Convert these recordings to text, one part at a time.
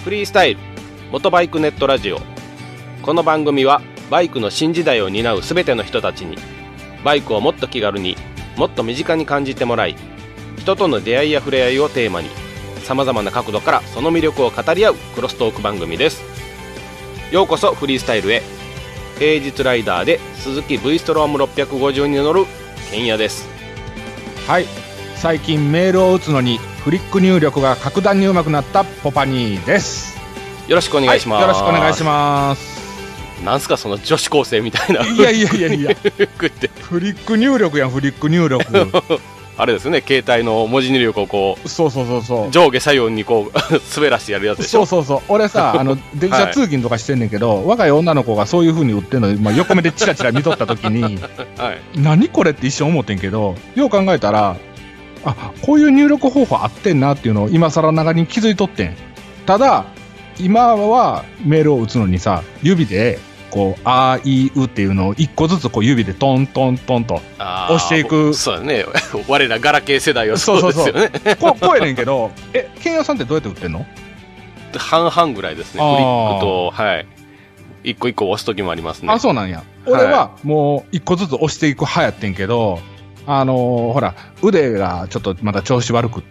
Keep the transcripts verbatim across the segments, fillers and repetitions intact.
フリースタイル元バイクネットラジオ。この番組はバイクの新時代を担うすべての人たちにバイクをもっと気軽にもっと身近に感じてもらい、人との出会いや触れ合いをテーマにさまざまな角度からその魅力を語り合うクロストーク番組です。ようこそフリースタイルへ。平日ライダーで鈴木 V ストロームろっぴゃくごじゅうに乗るケンヤです。 はい、最近メールを打つのにフリック入力が格段に上手くなったポパニーです。 よろしくお願いします、 はい、よろしくお願いします。 なんすかその女子高生みたいな。 いやいやいやいやフリック入力やん、フリック入力あれですね、携帯の文字入力をこうそうそうそうそう上下左右にこう滑らしてやるやつでしょ。 そうそうそう。俺さあの電車通勤とかしてんねんけど、はい、若い女の子がそういう風に売ってんの、まあ、横目でチラチラ見とった時に、はい、何これって一瞬思ってんけど、よう考えたらあ、こういう入力方法あってんなっていうのを今更ながらに気づいとってん。ただ今はメールを打つのにさ、指でこうあいうっていうのを一個ずつこう指でトントントンと押していく。 そうだね我らガラケー世代はそうですよね。 そうそうそうこ, こうやねんけどえ、ケンヤさんってどうやって打ってんの？ 半々ぐらいですね。フリックと、はい、一個一個押す時もありますね。あ、 そうなんや。俺はもう一個ずつ押していく派やってんけど、あのー、ほら腕がちょっとまだ調子悪くって、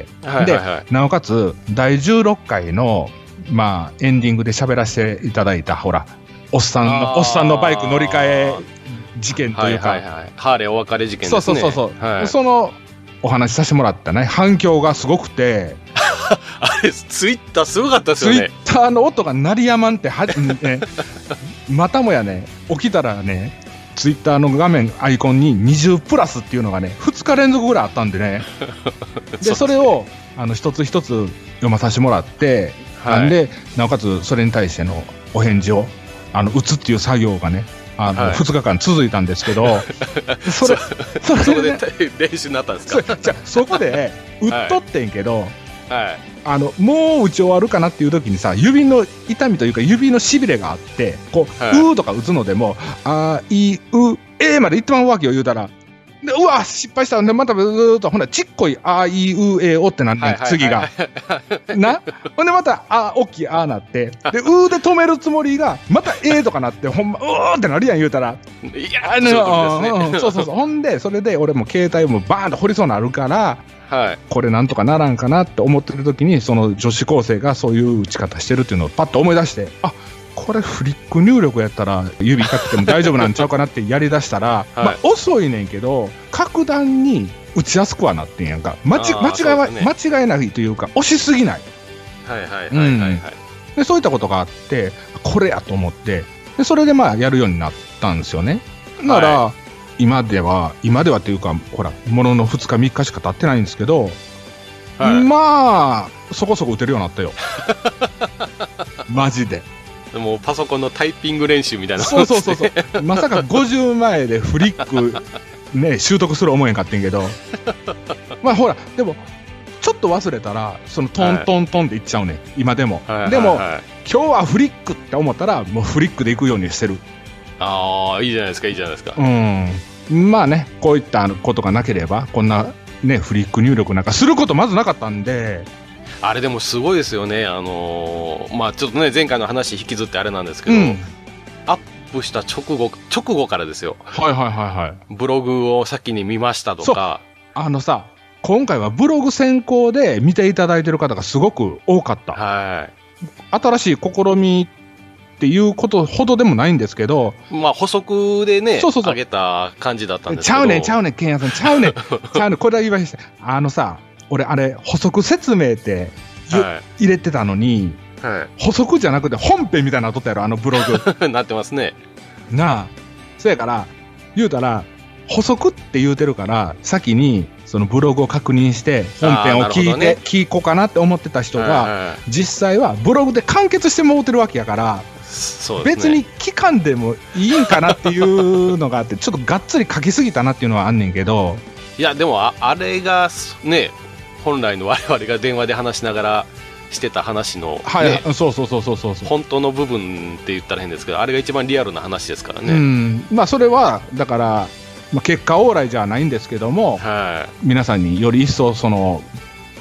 はいはいはい、でなおかつだいじゅうろっかいのまあエンディングで喋らせていただいたほらおっさんのおっさんのバイク乗り換え事件というか、はいはいはい、 ハーレーお別れ事件ですね。 そうそうそうそう、はい、そのお話しさせてもらったね。反響がすごくてあれツイッターすごかったですよね。 ツイッターの音が鳴りやまんっては、ね、またもやね、起きたらねツイッターの画面アイコンににじゅうプラスっていうのがねふつか連続ぐらいあったんでねでそれをあの一つ一つ読まさせてもらって、はい、なんでなおかつそれに対してのお返事をあの打つっていう作業がねあの、はい、ふつかかん続いたんですけどそれそ, それで、ね、それで練習になったんですか？ じゃそこで打っとってんけど、 はい、 あのもう打ち終わるかなっていう時にさ、指の痛みというか指のしびれがあってこう、はい、うーとか打つのでもあいうえまで言ってまうわけよ。言うたらでうわ失敗したんでまたずーっとほんなちっこいあいうえおってなって、はいはいはい、次がなほんでまたあおっきいあなってでうーで止めるつもりがまたえとかなってほんまうーってなるやん言うたら。 いやあのそうですね。そうそうそう。ほんでそれで俺も携帯もバーンと掘りそうになるから、はい、これなんとかならんかなって思ってる時にその女子高生がそういう打ち方してるっていうのをパッと思い出して、あこれフリック入力やったら指痛くても大丈夫なんちゃうかなってやりだしたら、はい、まあ、遅いねんけど格段に打ちやすくはなってんやんか。間違いは、ね、間違いないというか押しすぎない。 はいはいはいはい、はい、うん、 でそういったことがあってこれやと思ってでそれでまあやるようになったんですよね。だから、はい、今では今ではっていうかほらもののふつかみっかしか経ってないんですけど、はい、まあそこそこ打てるようになったよマジで。 でもパソコンのタイピング練習みたいな、ね、 そうそうそうそうまさかごじゅうまえでフリックね習得する思えんかってんけどまあほらでもちょっと忘れたらそのトントントンっていっちゃうねん、はい、今でも、はいはいはい、でも今日はフリックって思ったらもうフリックでいくようにしてる。 ああいいじゃないですかいいじゃないですか。 うんまあねこういったことがなければこんなねフリック入力なんかすることまずなかったんで。 あれでもすごいですよね。あのー、まあちょっとね前回の話引きずってあれなんですけど、うん、アップした直後直後からですよ。 はいはいはいはい。 ブログを先に見ましたとか。 あのさ今回はブログ先行で見ていただいてる方がすごく多かった。はい。新しい試みっていうことほどでもないんですけど、 まあ補足でねそうそうそう上げた感じだったんですけど。 ちゃうねんちゃうねんケンヤさんちゃうねんちゃうねんこれは言いました。あのさ俺あれ補足説明って、はい、入れてたのに、はい、補足じゃなくて本編みたいなの撮ったやろあのブログなってますね。 なあそやから言うたら補足って言うてるから先にそのブログを確認して本編を聞いて、ね、聞こうかなって思ってた人が、はいはい、実際はブログで完結してもうてるわけやからそうです、ね、別に期間でもいいんかなっていうのがあってちょっとがっつり書きすぎたなっていうのはあんねんけどいやでも あ, あれがね本来の我々が電話で話しながらしてた話の、ね、 はい、そうそうそうそうそう本当の部分って言ったら変ですけどあれが一番リアルな話ですからね。 うんまあそれはだから、まあ、結果往来じゃないんですけども、はい、皆さんにより一層その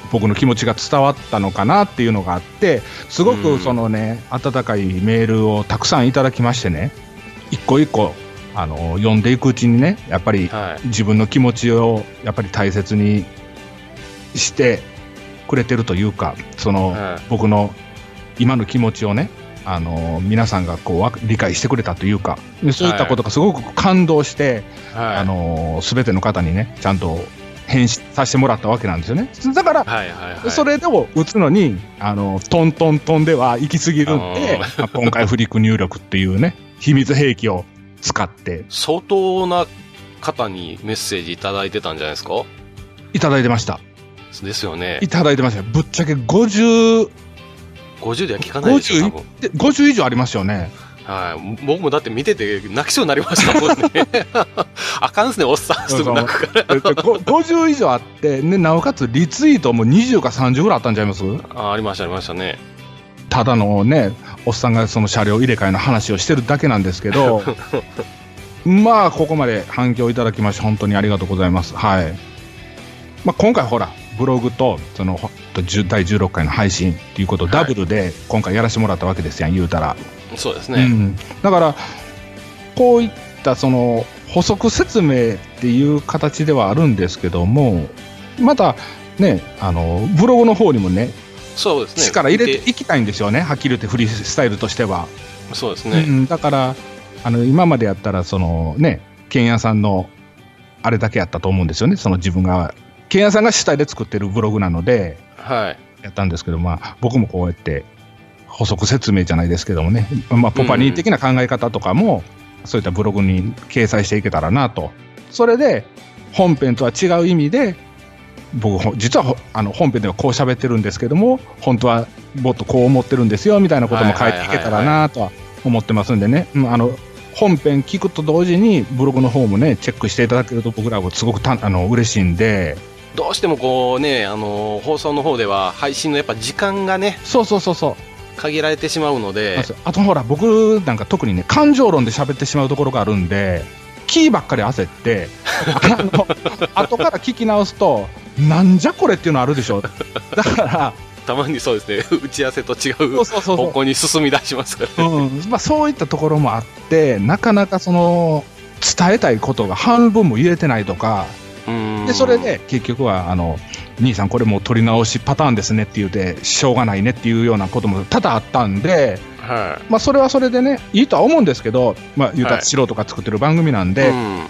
僕の気持ちが伝わったのかなっていうのがあって、すごくそのね、うん、温かいメールをたくさんいただきましてね、一個一個あの読んでいくうちにね、やっぱり自分の気持ちをやっぱり大切にしてくれてるというか、その、はい、僕の今の気持ちをね、あの皆さんがこう理解してくれたというか、そういったことがすごく感動して、はい、あの全ての方にねちゃんと返信させてもらったわけなんですよね。だから、はいはいはい、それを打つのにあのトントントンでは行き過ぎるんで、今回フリック入力っていうね秘密兵器を使って相当な方にメッセージいただいてたんじゃないですか。 いただいてました。 ですよね。 いただいてました。ぶっちゃけごじゅうごじゅうでは聞かないですよ。多分ごじゅう以上ありますよね。 はい、僕もだって見てて泣きそうになりましたもんね。あかんすね、おっさんすぐ泣くからごじゅう以上あって、ね、なおかつリツイートもにじゅうかさんじゅうぐらいあったんちゃいます？ あ、ありましたありましたね。 ただのねおっさんがその車両入れ替えの話をしてるだけなんですけどまあここまで反響いただきまして本当にありがとうございます。はい、まあ、今回ほらブログとそのだいじゅうろっかいの配信っていうことをダブルで今回やらせてもらったわけですやん、言うたら。 そうですね、うん、 だからこういったその補足説明っていう形ではあるんですけども、またねあのブログの方にもね、 そうですね、 力入れていきたいんですよね、はっきり言ってフリースタイルとしては。 そうですね、 うん、だからあの今までやったらそのね剣屋さんのあれだけやったと思うんですよね。その自分が剣屋さんが主体で作ってるブログなので、はい、やったんですけど、まあ、僕もこうやって補足説明じゃないですけどもね、まあ、ポパニー的な考え方とかも、うん、そういったブログに掲載していけたらなと。それで本編とは違う意味で僕実はあの本編ではこう喋ってるんですけども本当はもっとこう思ってるんですよみたいなことも書いていけたらなとは思ってますんでね、あの本編聞くと同時にブログの方もねチェックしていただけると僕らはすごくたあの嬉しいんで。 どうしてもこうね、あの放送の方では配信のやっぱ時間がね、 そうそうそうそう限られてしまうので、 あとほら僕なんか特にね感情論で喋ってしまうところがあるんでキーばっかり焦ってあの後から聞き直すとなんじゃこれっていうのあるでしょ。だからたまにそうですね、打ち合わせと違う方向に進み出しますからね。 うんまあ、そういったところもあってなかなかその伝えたいことが半分も入れてないとかで、それで結局はあの兄さんこれもう取り直しパターンですねって言うてしょうがないねっていうようなことも多々あったんで、はい、まあ、それはそれでねいいとは思うんですけど、まあ、言うたら素人が作ってる番組なんで、はい、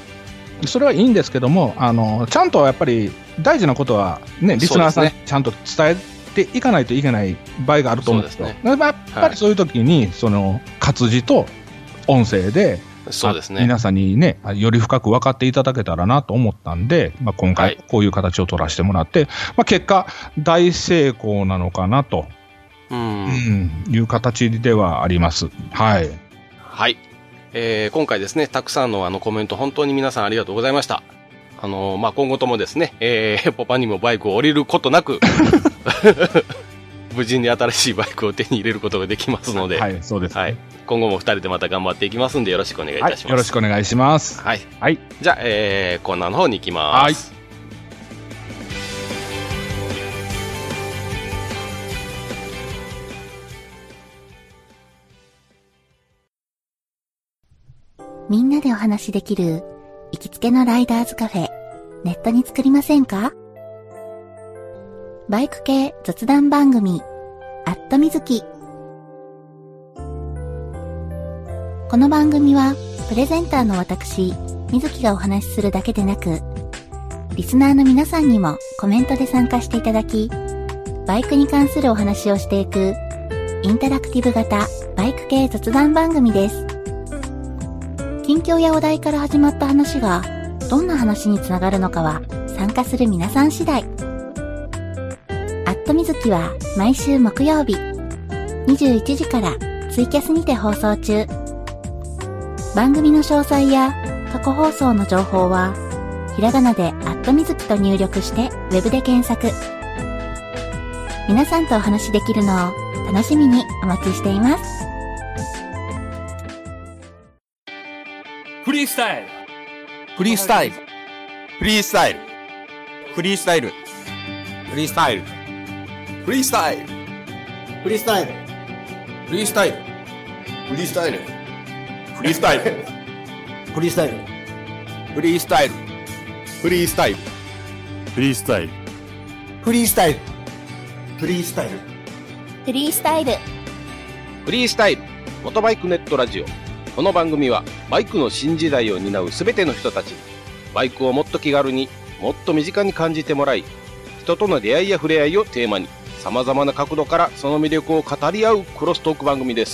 それはいいんですけども、あのちゃんとやっぱり大事なことはねリスナーさんにちゃんと伝えていかないといけない場合があると思うんですよ。やっぱりそういう時にその活字と音声でそうですね、皆さんにねより深く分かっていただけたらなと思ったんで、まあ、今回こういう形を取らせてもらって、はい、まあ、結果大成功なのかなと、うんうん、いう形ではあります。はい、 はい、えー、今回ですねたくさんのあのコメント本当に皆さんありがとうございました。あのーまあ、今後ともですね、えー、ポパにもバイクを降りることなく無事に新しいバイクを手に入れることができますので、 はい、そうですね、はい、 今後もふたりでまた頑張っていきますんでよろしくお願いいたします。はい、 よろしくお願いします。 はい、はい、じゃあ、えー、コーナーの方に行きます。はい、 みんなでお話しできる行きつけのライダーズカフェ、ネットに作りませんか？バイク系雑談番組、アットみずき。この番組はプレゼンターの私、みずきがお話しするだけでなく、リスナーの皆さんにもコメントで参加していただき、バイクに関するお話をしていくインタラクティブ型バイク系雑談番組です。近況やお題から始まった話がどんな話につながるのかは参加する皆さん次第。アットみずきは毎週木曜日にじゅういちじからツイキャスにて放送中。番組の詳細や過去放送の情報はひらがなでアットみずきと入力してウェブで検索。皆さんとお話しできるのを楽しみにお待ちしています。 フリースタイルフリースタイルフリースタイルフリースタイルフリースタイルフリースタイルフリースタイルフリースタイルフリースタイルフリースタイルフリースタイルフリースタイルフリースタイルフリースタイルフリースタイルフリースタイルフリースタイルフリースタイルモトバイクネットラジオ。この番組はバイクの新時代を担うすべての人たちにバイクをもっと気軽にもっと身近に感じてもらい、人との出会いや触れ合いをテーマに様々な角度からその魅力を語り合うクロストーク番組です。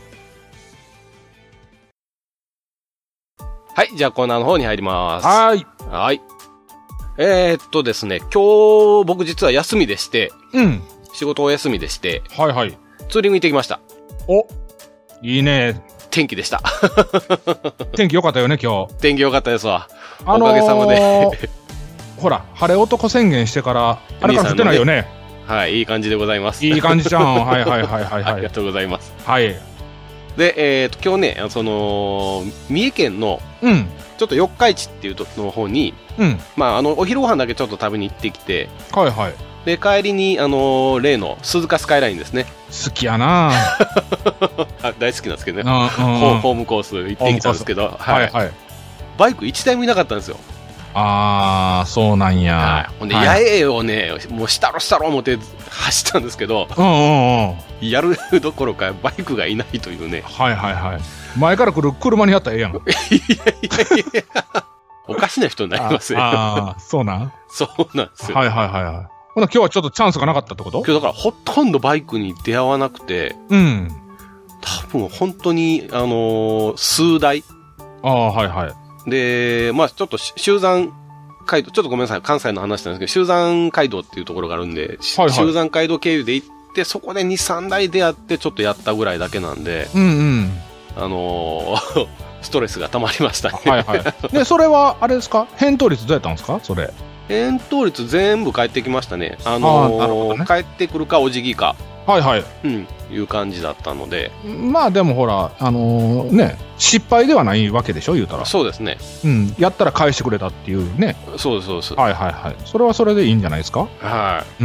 はい、じゃあコーナーの方に入ります。 はーい。 はい。えー、っとですね、今日僕実は休みでして、 うん。 仕事お休みでして、 はいはい。 ツーリング行ってきました。 お、いいね。 天気でした。 天気良かったよね、今日。 天気良かったですわ。 あのー、 おかげさまで。 ほら、晴れ男宣言してから、あれから降ってないよね。 はい、いい感じでございます。 いい感じじゃん。はいはいはいはい、はい。 ありがとうございます。 はい。 で、えー、と今日ね、その三重県のうんちょっと四日市っていうとの方に、 うん、 まああのお昼ご飯だけちょっと食べに行ってきて、 はいはい。 で帰りにあの例の鈴鹿スカイラインですね。 好きやなあ。大好きなんですけどね。 うんうん、 ホ, ホームコース行ってきたんですけど、はいはい。バイク一台もいなかったんですよ。 あー、そうなんや。 はい、ほんで、はい、八重をね、もうしたろしたろ思って走ったんですけど、 うんうんうん、 やるどころかバイクがいないというね。 はいはいはい。前から来る車にやったらええやん。いやいやいやおかしな人になりますよ。 ああ、そうなん。 そうなんですよ。 はいはいはいはい。ほな今日はちょっとチャンスがなかったってこと？ 今日だからほとんどバイクに出会わなくて、 うん。 多分本当に、あのー、数台。 ああ、はいはい。 で、まあちょっと集山街道、ちょっとごめんなさい、関西の話なんですけど、集山街道っていうところがあるんで、はいはい、集山街道経由で行って、そこでに、さんだい出会ってちょっとやったぐらいだけなんで、 うんうん。 あのー、ストレスが溜まりましたね。 はいはい。で、それは、あれですか？返答率どうやったんですか？それ。 返答率全部返ってきましたね。あのー、あなるほどね。帰ってくるかお辞儀か。 はいはい。 うん、いう感じだったので。 まあでもほら、あのー、ね、失敗ではないわけでしょ、言うたら。 そうですね。 うん、やったら返してくれたっていうね。 そうです、そうです。 はいはいはい。それはそれでいいんじゃないですか。 はい。 うん。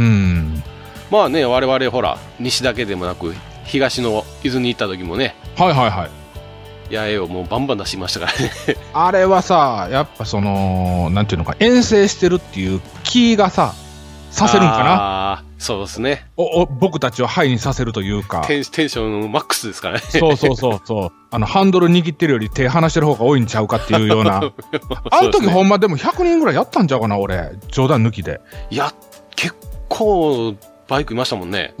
まあね、我々ほら、西だけでもなく、東の伊豆に行った時もね。 はいはいはい。 八重をもうバンバン出しましたからね。 あれはさ、やっぱその、なんていうのか、遠征してるっていう気がさ、させるんかな。 ああ、そうですね。 おお僕たちをハイにさせるというか。 テン、テンションマックスですからね。 そうそうそうそう。あの、ハンドル握ってるより手離してる方が多いんちゃうかっていうような。あの時ほんまでもひゃくにんぐらいやったんちゃうかな、俺。冗談抜きで。 いや、結構、バイクいましたもんね。 うん。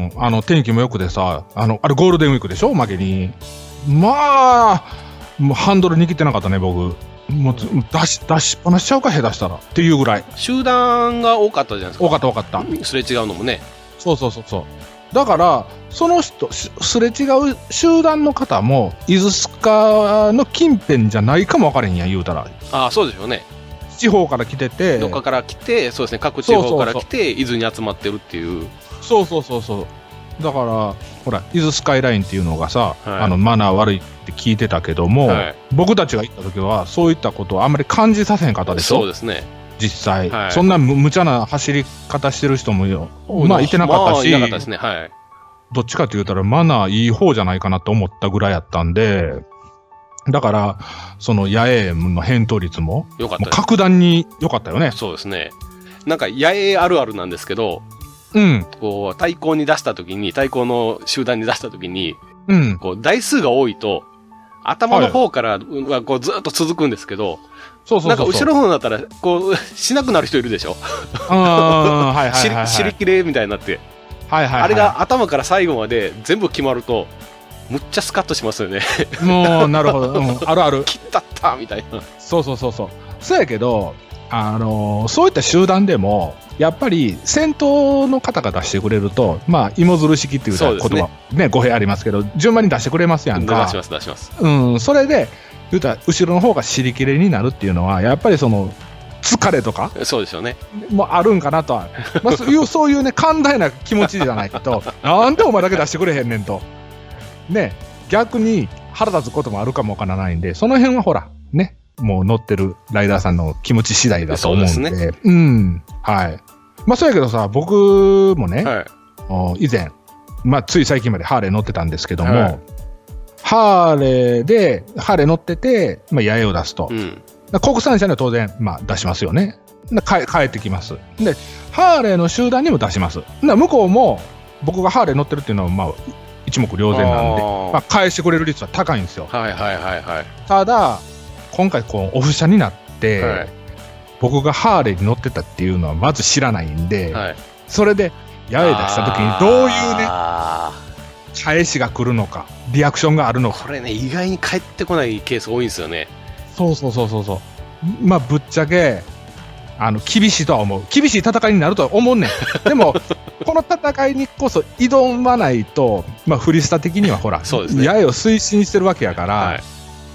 あの、天気もよくでさ、あの、あれゴールデンウィークでしょ、負けに。まあ、もうハンドル握ってなかったね、僕。もう出し、出しっぱなしちゃうか、下手したら。っていうぐらい。 集団が多かったじゃないですか。 多かった多かった。 すれ違うのもね。 そうそうそうそう。だから、その人、すれ違う集団の方も、伊豆スカの近辺じゃないかも分かれへんやん、言うたら。 ああ、そうでしょうね。 地方から来てて。 どっかから来て、そうですね、各地方から来て、伊豆に集まってるっていう。 そうそうそうそう。だから、ほら、伊豆スカイラインっていうのがさ、はい、あの、マナー悪いって聞いてたけども、はい、僕たちが行った時は、そういったことをあんまり感じさせへんかったでしょ。 そうですね。 実際。はい、そんなむ無茶な走り方してる人もよ、まあ、いてなかったし、 まあ、いなかったですね。はい。 どっちかって言ったら、マナーいい方じゃないかなと思ったぐらいやったんで、だから、その、八重の返答率も、 よかった。 格段に良かったよね。 そうですね。なんか、八重あるあるなんですけど、 うん、こう対抗に出したときに、対抗の集団に出したときに、 うん、 こう台数が多いと、頭の方からはこうずっと続くんですけど、 そうそうそうそう、 なんか後ろの方だったら、こう、しなくなる人いるでしょ。 ああ、はいはいはい、はい。 尻切れみたいになって。 はいはいはい。 あれが頭から最後まで全部決まると、むっちゃスカッとしますよね。 もう、なるほど。うん、あるある。 切ったったみたいな。 そうそうそうそう。そうやけど、あのー、そういった集団でも、やっぱり先頭の方が出してくれると、まあ、芋づる式っていう言葉、ね、ね、語弊ありますけど、順番に出してくれますやんか。 出します、出します。 うん、それで、言うたら、後ろの方が尻切れになるっていうのは、やっぱりその、疲れとか、 そうでしょうね。 もうあるんかなとは。まあ、そういう、そういうね、寛大な気持ちじゃないと、なんでお前だけ出してくれへんねんと。ね、逆に腹立つこともあるかもわからないんで、その辺はほら、ね、もう乗ってるライダーさんの気持ち次第だと思うんで。そうですね。うん。はい。 まあそうやけどさ、僕もね、 はい、 以前、まあつい最近までハーレー乗ってたんですけども、はい、ハーレーで、ハーレー乗ってて、まあ八重を出すと。うん、国産車には当然、まあ出しますよね。帰, 帰ってきます。で、ハーレーの集団にも出します。向こうも、僕がハーレー乗ってるっていうのは、まあ、一目瞭然なんで、まあ、返してくれる率は高いんですよ。 はいはいはいはい。 ただ、今回こうオフ車になって、はい、僕がハーレーに乗ってたっていうのはまず知らないんで、はい、それで八重出した時にどういうね返しが来るのか、リアクションがあるのか。 これね、意外に返ってこないケースが多いんですよね。 そうそうそうそうそう。まあぶっちゃけあの厳しいとは思う。厳しい戦いになるとは思うねん。でもこの戦いにこそ挑まないと、まあフリスタ的にはほら、そうですね、八重を推進してるわけやから、はい、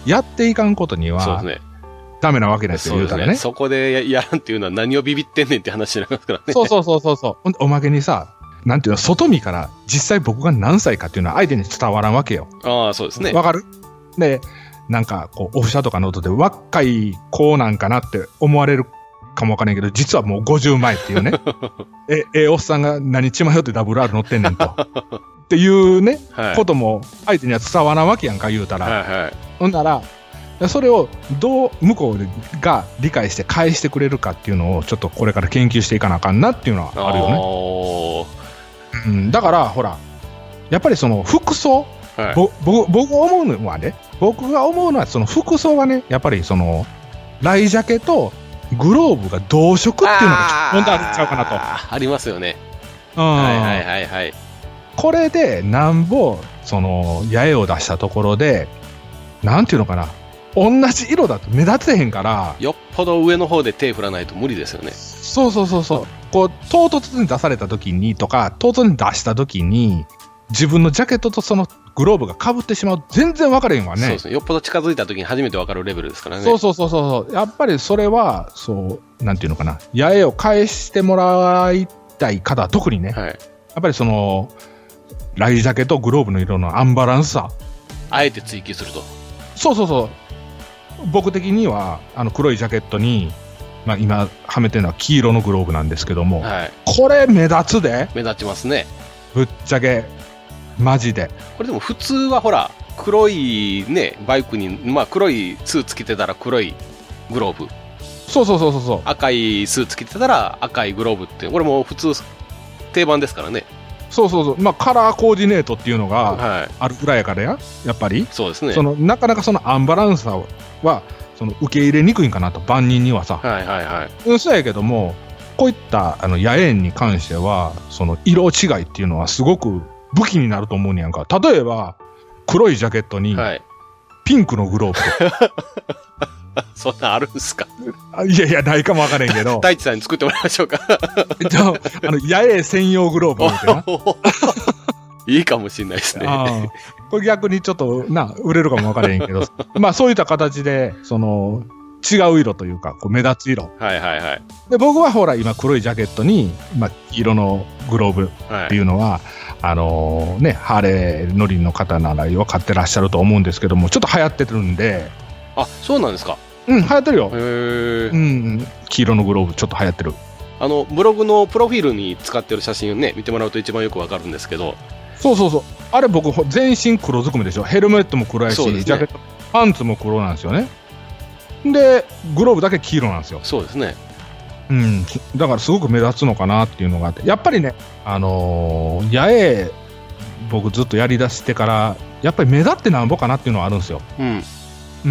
やっていかんことには。そうですね。ダメなわけですよ、言うたらね。 そこで や, やらんっていうのは何をビビってんねんって話になりますからね。 そうそうそうそうそう。おまけにさ、なんていうの、外見から実際僕が何歳かっていうのは相手に伝わらんわけよ。 ああ、そうですね。 わかる？で、なんかこうオフ車とかの音で若い子なんかなって思われるかもわからんけど、実はもうごじゅうまえっていうね。え、え、おっさんが何血迷ってダブル R 乗ってんねんと。っていうね、はい、ことも相手には伝わらんわけやんか、言うたら。はいはい、ほんなら、それをどう向こうが理解して返してくれるかっていうのをちょっとこれから研究していかなあかんなっていうのはあるよね。うん、だからほらやっぱりその服装、はい、ぼぼ僕が思うのはね僕が思うのはその服装はねやっぱりそのライジャケとグローブが同色っていうのが問題あるんちゃうかなと。 ありますよね。 うん、はいはいはいはい。これでなんぼその八重を出したところでなんていうのかな。同じ色だと目立てへんからよっぽど上の方で手振らないと無理ですよね。 そうそうそうそう。こう唐突に出された時にとか唐突に出した時に自分のジャケットとそのグローブが被ってしまう全然分かれへんわね。 そうですね。よっぽど近づいた時に初めて分かるレベルですからね。 そうそうそうそう。やっぱりそれはそうなんていうのかな八重を返してもらいたい方は特にね、はい、やっぱりそのライジャケとグローブの色のアンバランスさあえて追求すると。 そうそうそう。僕的にはあの黒いジャケットに、まあ、今はめてるのは黄色のグローブなんですけども、はい、これ目立つで。 目立ちますね。 ぶっちゃけマジで。 これでも普通はほら黒いねバイクに、まあ、黒いスーツ着てたら黒いグローブ、 そうそうそうそうそう、 赤いスーツ着てたら赤いグローブってこれも普通定番ですからね。 そうそうそう。まあカラーコーディネートっていうのがあるぐらいやからや、やっぱりそうですね。 そのなかなかそのアンバランスさはその受け入れにくいんかなと万人にはさ。 はいはいはい。 うん、そうやけどもこういったあの野縁に関してはその色違いっていうのはすごく武器になると思うねやんか。例えば黒いジャケットにピンクのグローブとか、はいそんなんあるんすか？ いやいやないかもわからんけど大地さんに作ってもらいましょうか。 じゃああの八重専用グローブみたいな。 いいかもしれないですね。 あこれ逆にちょっとな売れるかもわからへんけどまあそういった形でその違う色というかこう目立つ色、 はいはいはい、 で僕はほら今黒いジャケットに、まあ、黄色のグローブっていうのは、はい、あのー、ねハーレー乗りの方なら分かってらっしゃると思うんですけどもちょっと流行ってるんで。 あ、そうなんですか。 うん、流行ってるよ。へー、 うん、黄色のグローブちょっと流行ってる。 あのブログのプロフィールに使ってる写真をね見てもらうと一番よくわかるんですけど。 そうそうそう。あれ僕全身黒ずくめでしょ。ヘルメットも黒やし、ね、ジャケットパンツも黒なんですよね。でグローブだけ黄色なんですよ。 そうですね。 うん、だからすごく目立つのかなっていうのがあって、やっぱりね、あのー、八重僕ずっとやりだしてからやっぱり目立ってなんぼかなっていうのはあるんですよ。うん。うん、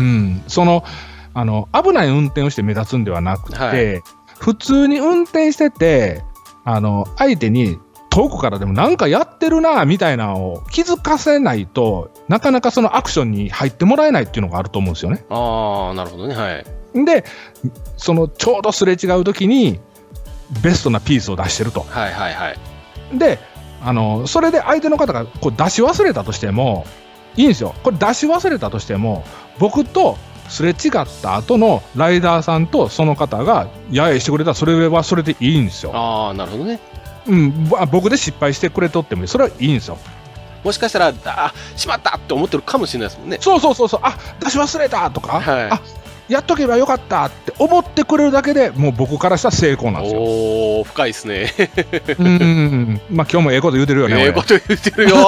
そのあの危ない運転をして目立つんではなくて、はい、普通に運転しててあの相手に遠くからでもなんかやってるなみたいなのを気づかせないとなかなかそのアクションに入ってもらえないっていうのがあると思うんですよね。 ああ、なるほどね。はい。 でそのちょうどすれ違う時にベストなピースを出してると。 はいはいはい。 であのそれで相手の方がこう出し忘れたとしてもいいんですよ。これ出し忘れたとしても僕とすれ違った後のライダーさんとその方がややしてくれたらそれはそれでいいんですよ。 ああ、なるほどね。 うん、僕で失敗してくれとってもそれはいいんですよ。 もしかしたらあしまったって思ってるかもしれないですもんね。 そうそうそうそう。あ出し忘れたとか、はい、あやっとけばよかったって思ってくれるだけでもう僕からしたら成功なんですよ。 おー、深いですね。 うん、まあ今日もええこと言うてるよね。 ええこと言うてるよ。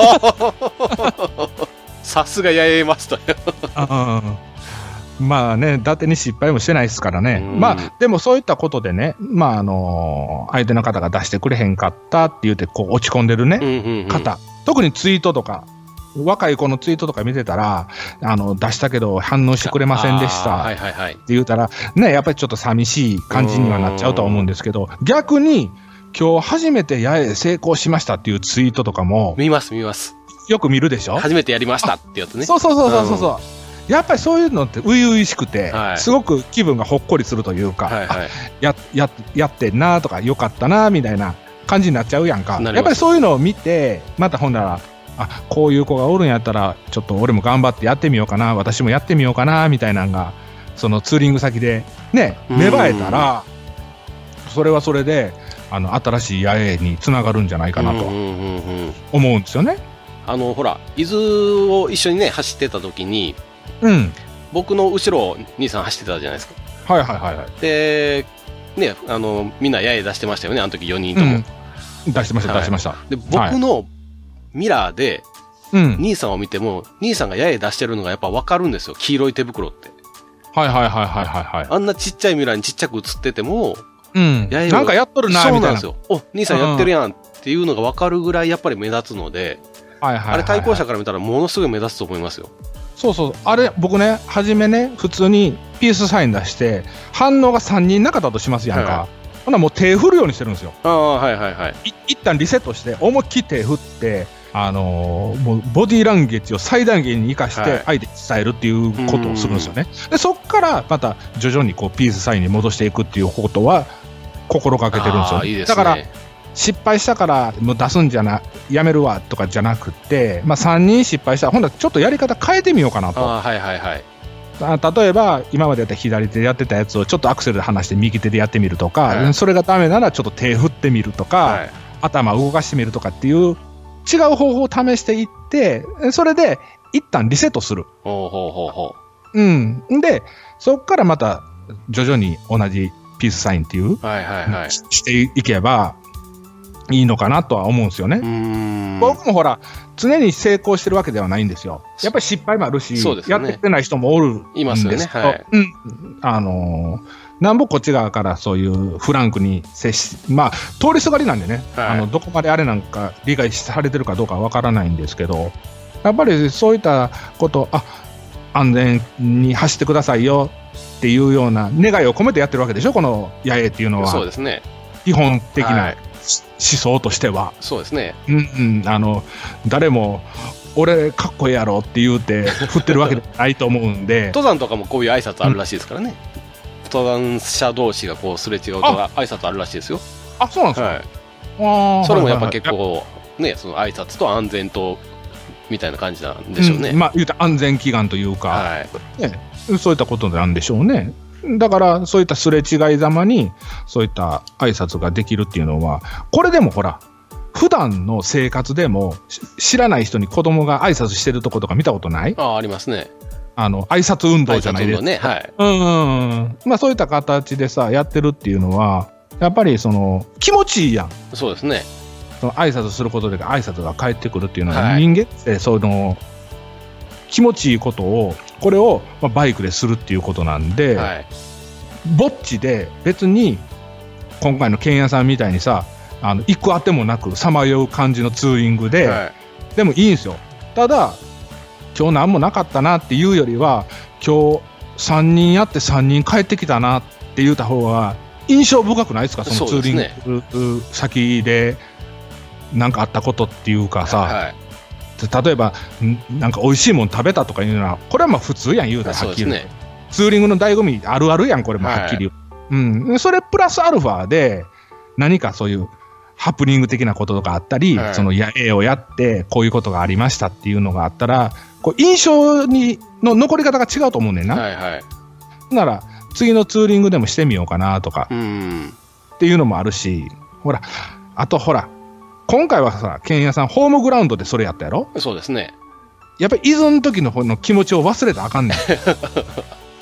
さすがやえマスター。 まあね、伊達に失敗もしてないですからね。まあでもそういったことでね、まああの相手の方が出してくれへんかったって言ってこう落ち込んでるね、うんうんうん、方、特にツイートとか若い子のツイートとか見てたら、あの出したけど反応してくれませんでしたって言うたらね、やっぱりちょっと寂しい感じにはなっちゃうとは思うんですけど、逆に今日初めて八重成功しましたっていうツイートとかも見ます見ます。 よく見るでしょ。 初めてやりましたってやつね。 そうそうそうそうそう、うん、やっぱりそういうのって初々しくて、はい、すごく気分がほっこりするというか、はいはい、や, や, やってんなとかよかったなみたいな感じになっちゃうやんか。やっぱりそういうのを見てまたほんなら、あ、こういう子がおるんやったらちょっと俺も頑張ってやってみようかな、私もやってみようかなみたいなのがそのツーリング先でね芽生えたら、それはそれであの新しい八重につながるんじゃないかなと思うんですよね。 あのほら伊豆を一緒にね走ってた時に、うん、僕の後ろを兄さん走ってたじゃないですか。 はいはいはい、はい、 でね、あのみんな八重出してましたよね、あの時よにんとも、 うん、出してました、はい、出してました。 で僕のミラーで、はい、兄さんを見ても兄さんが八重出してるのがやっぱ分かるんですよ、黄色い手袋って。 はいはいはいはいはい、はい、あんなちっちゃいミラーにちっちゃく映ってても、 うん、なんかやっとるなみたいな。そうなんですよ。 お、兄さんやってるやんっていうのが分かるぐらいやっぱり目立つので、はいはいはいはい、あれ対向車から見たらものすごい目立つと思いますよ。 そうそう、あれ僕ね初めね普通にピースサイン出して反応がさんにんなかったとしますやんか、はい、ほなもう手振るようにしてるんですよ。 ああはいはいはい。 い一旦リセットして思いっきり手振って、あのー、もうボディーランゲージを最大限に生かして相手に伝えるっていうことをするんですよね、はい、でそっからまた徐々にこうピースサインに戻していくっていうことは心がけてるんですよ。 いいですね。 だから失敗したからもう出すんじゃなやめるわとかじゃなくて、まあ、さんにん失敗したらほんならちょっとやり方変えてみようかなと。 あ、はいはいはい、 例えば今までやった左手でやってたやつをちょっとアクセルで離して右手でやってみるとか、はい、それがダメならちょっと手振ってみるとか、はい、頭動かしてみるとかっていう違う方法を試していって、それで一旦リセットする。 ほうほうほうほう。うん。でそこからまた徐々に同じピースサインっていう、 はいはいはい、 していけばいいのかなとは思うんですよね。うーん、僕もほら常に成功してるわけではないんですよ。やっぱり失敗もあるし、そうですよね、やってない人もおるんですけど、いますよね、はい、うん、あのー、なんぼこっち側からそういうフランクに接し、まあ通りすがりなんでね、はい、あのどこまであれなんか理解されてるかどうかわからないんですけど、やっぱりそういったこと、あ、安全に走ってくださいよっていうような願いを込めてやってるわけでしょ、この八重っていうのは。 そうですね、 基本的な、はい、思想としては。 そうですね、 うんうん、あの誰も俺かっこいいやろって言うて振ってるわけではないと思うんで登山とかもこういう挨拶あるらしいですからね、うん、登山者同士がこうすれ違うと挨拶あるらしいですよ。 あ、そうなんですか、はい、 あ、それもやっぱ結構、はいはいはい、ね、その挨拶と安全とみたいな感じなんでしょうね、 うん、まあ言うたら安全祈願というか、はいね、そういったことなんでしょうね。だからそういったすれ違いざまにそういった挨拶ができるっていうのは、これでもほら普段の生活でも知らない人に子供が挨拶してるとことか見たことない？ あ、ありますね。 あの挨拶運動じゃないですか。 ね、はい、 うんうんうん、まあそういった形でさやってるっていうのはやっぱりその気持ちいいやん。 そうですね。 その挨拶することで挨拶が返ってくるっていうのは、はい、人間ってその気持ちいいことをこれをまあバイクでするっていうことなんで、はい、ぼっちで別に今回の剣屋さんみたいにさ、あの行くあてもなくさまよう感じのツーリングで、はい、でもいいんですよ。ただ今日何もなかったなっていうよりは、今日さんにんやってさんにん帰ってきたなって言った方が印象深くないですか？そのツーリング先で何かあったことっていうかさ、はい、例えばなんか美味しいもの食べたとかいうのはこれはまあ普通やん言うたらはっきり、ね、ツーリングの醍醐味あるあるやんこれもはっきり言う、はい、うん、それプラスアルファで何かそういうハプニング的なこととかあったり、はい、その八重をやってこういうことがありましたっていうのがあったら、こう印象にの残り方が違うと思うねんな、はいはい、なら次のツーリングでもしてみようかなとかっていうのもあるし、ほらあとほら今回はさ剣屋さんホームグラウンドでそれやったやろ。 そうですね。 やっぱり依存の時の方の気持ちを忘れたらあかんねん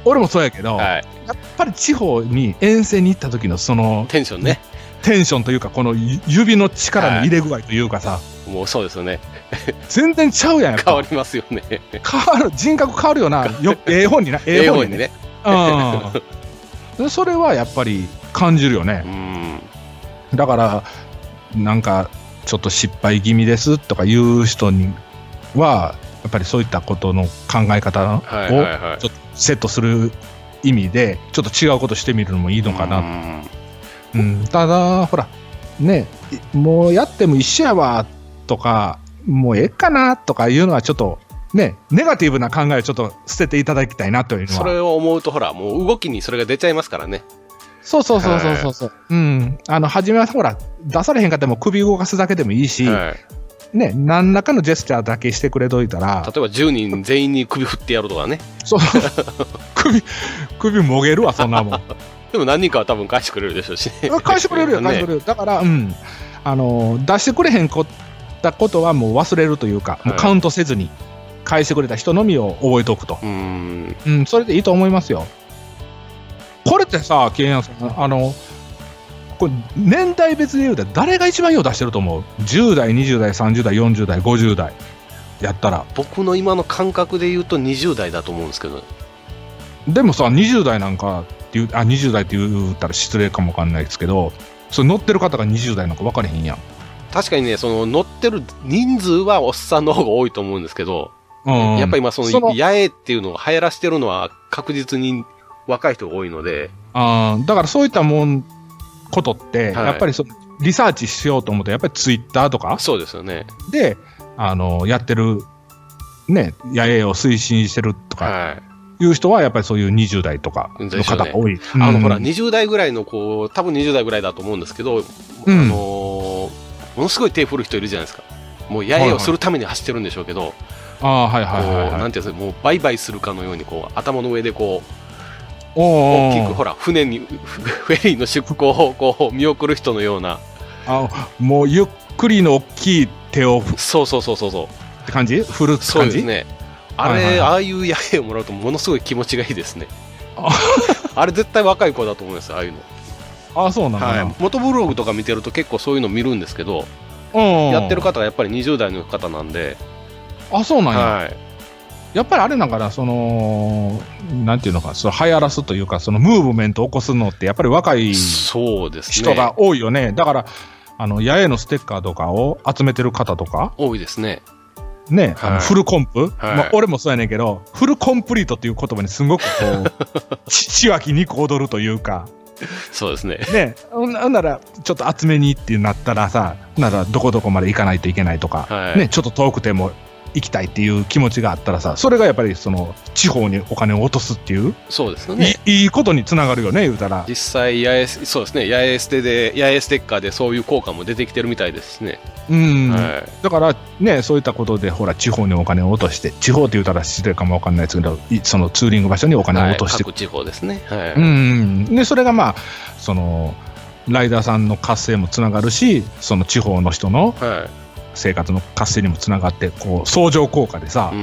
俺もそうやけど、 はい、 やっぱり地方に遠征に行った時のそのテンションね、 テンションというかこの指の力の入れ具合というかさ、はい、 もうそうですよね。 全然ちゃうやん。やっぱ変わりますよね。 変わる、人格変わるよな。よええ本にな、ええ本にね。うん。それはやっぱり感じるよね。うん。だからなんかちょっと失敗気味ですとか言う人にはやっぱりそういったことの考え方をちょっとセットする意味でちょっと違うことしてみるのもいいのかな。うん。ただほらね、もうやっても一緒やわとか。もうええかなとかいうのはちょっとね、ネガティブな考えをちょっと捨てていただきたいなというのは。 それを思うとほらもう動きにそれが出ちゃいますからね。 そうそうそうそうそうそう、はい、うん、あの初めはほら出されへんかっても首動かすだけでもいいし、はい、ね、何らかのジェスチャーだけしてくれといたら、 例えばじゅうにん全員に首振ってやるとかね。 そう首首もげるわそんなもん。 でも何人かは多分返してくれるでしょうし、ね、 返してくれるよ返してくれる、ね、だから、うん、あの出してくれへんこたことはもう忘れるというか、はい、もうカウントせずに返してくれた人のみを覚えておくと、うん、うん、それでいいと思いますよ。これってさ、ケンヤンさん、あのこれ年代別で言うと誰が一番よう出してると思う？じゅう代、にじゅう代、さんじゅう代、よんじゅう代、ごじゅう代やったら。 僕の今の感覚で言うとにじゅう代だと思うんですけど。 でもさ、にじゅう代なんかっていう、あ、にじゅう代って言ったら失礼かもわかんないですけど、それ乗ってる方がにじゅう代なんか分かれへんやん。 確かにね、その乗ってる人数はおっさんの方が多いと思うんですけど、うん、やっぱり今その八重っていうのを流行らしてるのは確実に若い人が多いので、 あ、だからそういったもんことって、はい、やっぱりそリサーチしようと思うとやっぱりツイッターとか、 そうですよね。 で、あのやってるね、八重を推進してるとか。はい、いう人はやっぱりそういうにじゅう代とかの方が多い。ね、 うん、あのほらにじゅう代ぐらいのこう多分にじゅう代ぐらいだと思うんですけど、うん、あのー、ものすごい手振る人いるじゃないですか。もう八重をするために走ってるんでしょうけど、 あ、はいはいはい、はい、 なんていうんですか、もう売買するかのようにこう頭の上でこう大きくほら船にフェリーの出港をこう見送る人のような、 あ、もうゆっくりの大きい手を、 そうそうそうそうそうって感じ、振る感じ。 そうですね。あれ、はいはいはい、ああいう八重をもらうとものすごい気持ちがいいですね。あれ絶対若い子だと思います、ああいうの。 ああ、そうなんだ、 はい、元ブログとか見てると結構そういうの見るんですけど、やってる方がやっぱりにじゅう代の方なんで。 あ、そうなんや、 はい、 やっぱりあれなんかな、そのなんていうのか、その流行らすというか、そのムーブメントを起こすのってやっぱり若い人が多いよね。だからあの八重のステッカーとかを集めてる方とか多いですね。 ね、はい、あのフルコンプ、はい、まあ、俺もそうやねんけど、フルコンプリートっていう言葉にすごくこう血湧き肉踊るというか。 そうですね。 ね、ほんならちょっと集めにってなったらさ、ならどこどこまで行かないといけないとか、はい、ね、ちょっと遠くても行きたいっていう気持ちがあったらさ、それがやっぱりその地方にお金を落とすっていう、 そうですね、 いい、いいことにつながるよね、言うたら。 実際八重、そうですね、八重ステで八重ステッカーでそういう効果も出てきてるみたいですしね。 うん、はい、だからね、そういったことでほら地方にお金を落として、地方って言うたら失礼かもわかんないですけど、そのツーリング場所にお金を落として、 はい、各地方ですね。はい、 うん、でそれがまあそのライダーさんの活性もつながるし、その地方の人の、はい、生活の活性にもつながって、こう相乗効果でさ、うん、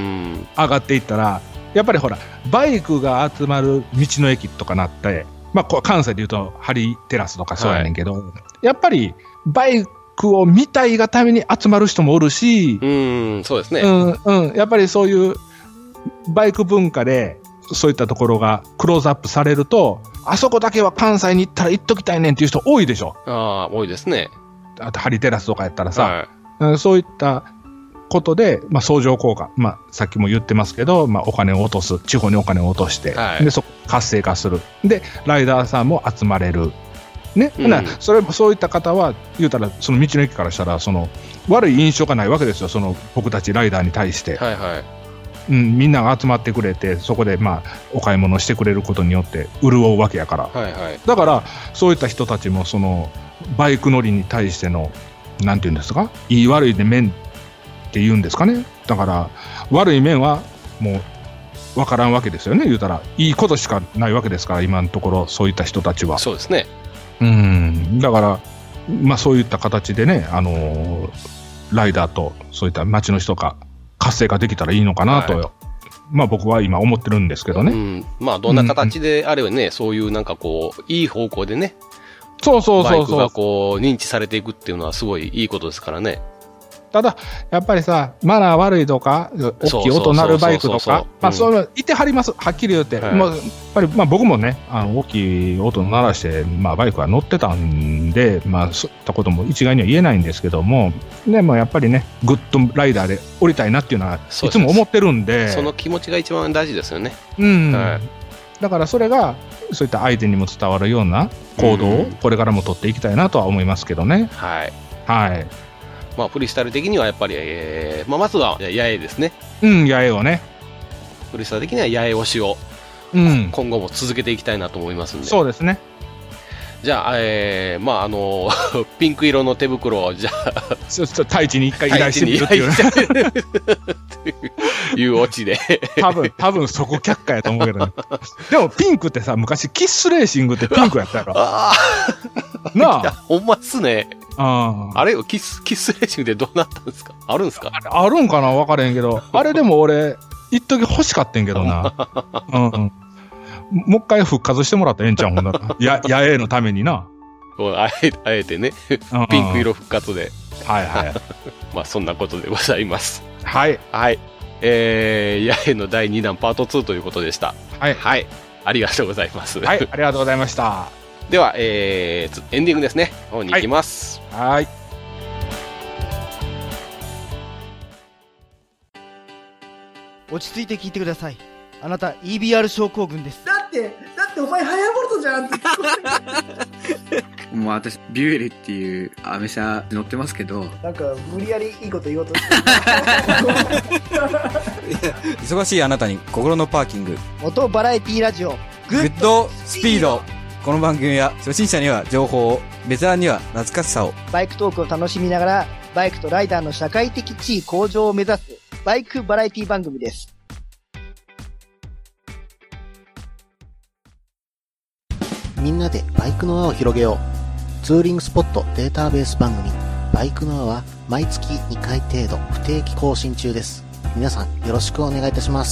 上がっていったら、やっぱりほらバイクが集まる道の駅とかなって、まあ、こう関西でいうとハリテラスとかそうやねんけど、はい、やっぱりバイクを見たいがために集まる人もおるし、 うん、そうですね、 うんうん、やっぱりそういうバイク文化でそういったところがクローズアップされると、あそこだけは関西に行ったら行っときたいねんっていう人多いでしょ。 ああ、多いですね。 あとハリテラスとかやったらさ、はい、そういったことで、まあ、相乗効果、まあ、さっきも言ってますけど、まあ、お金を落とす、地方にお金を落として、はい、でそこ活性化する、でライダーさんも集まれる、ね、うん、それそういった方は言うたらその道の駅からしたらその悪い印象がないわけですよ、その僕たちライダーに対して、はいはい、うん、みんなが集まってくれて、そこでまあお買い物してくれることによって潤うわけやから、はいはい、だからそういった人たちもそのバイク乗りに対してのなんていうんですか、いい悪いで面って言うんですかね。だから悪い面はもう分からんわけですよね、言うたらいいことしかないわけですから、今のところそういった人たちは。 そうですね。 うん、だからまあそういった形でね、あのー、ライダーとそういった街の人が活性化できたらいいのかなと、はい、 まあ僕は今思ってるんですけどね。 うん。まあどんな形であればね、うん、そういうなんかこう、いい方向でね。 そうそうそうそう。 バイクがこう、認知されていくっていうのはすごいいいことですからね。 ただ、やっぱりさ、マナー悪いとか、大きい音鳴るバイクとか、まあ、そういうの、いてはります、はっきり言って。はい、もうやっぱり、まあ、僕もね、あの大きい音鳴らして、まあ、バイクは乗ってたんで、まあ、そういったことも一概には言えないんですけども、でもやっぱりね、グッドライダーで降りたいなっていうのは、いつも思ってるんで。 その気持ちが一番大事ですよね。 うん。はい、だから、それが、そういった相手にも伝わるような行動を、これからも取っていきたいなとは思いますけどね。 はい。 はい。 まあ、フリースタイル的にはやっぱり、えーまあ、まずは八重ですね。 うん、八重をね。 フリースタイル的には八重推しを、うん、今後も続けていきたいなと思いますんで。 そうですね。 じゃあ、えー、まあ、あのー、ピンク色の手袋を、じゃあ、 ちょっと太一に一回依頼してみるっていうね。 いうオチで。 多分、多分そこ却下やと思うけどね。でも、ピンクってさ、昔、キッスレーシングってピンクやったやろ。ああ。なあ。いや、ほんまっすね。 ああれキス、キスレーシングでどうなったんですか？あるんですか？ あ, あるんかな分からへんけど、あれでも俺、一時欲しかったんけどな。うん、うん。もう一回復活してもらったらええんちゃうんほんなら。や、やえのためにな。 あえて、あえてね、ピンク色復活で。 はいはい。 まあそんなことでございます。 はい。 はい。えー、やえのだいにだんパートツーということでした。 はい。 はい。ありがとうございます。 はい、ありがとうございました。 では、えー、エンディングですね。方に行きます。 はい。はい。 落ち着いて聞いてください。あなた イービーアール 症候群です。 だって、だってお前ハヤボルトじゃんってもう私、ビュエルっていうアメ車乗ってますけど。 なんか、無理やりいいこと言おうとして忙しいあなたに心のパーキング。 元バラエティラジオ。 グッドスピード。この番組は初心者には情報を、ベテランには懐かしさを。 バイクトークを楽しみながら、バイクとライダーの社会的地位向上を目指す、バイクバラエティ番組です。 みんなでバイクの輪を広げよう。ツーリングスポットデータベース番組、バイクの輪は毎月にかい程度不定期更新中です。皆さんよろしくお願いいたします。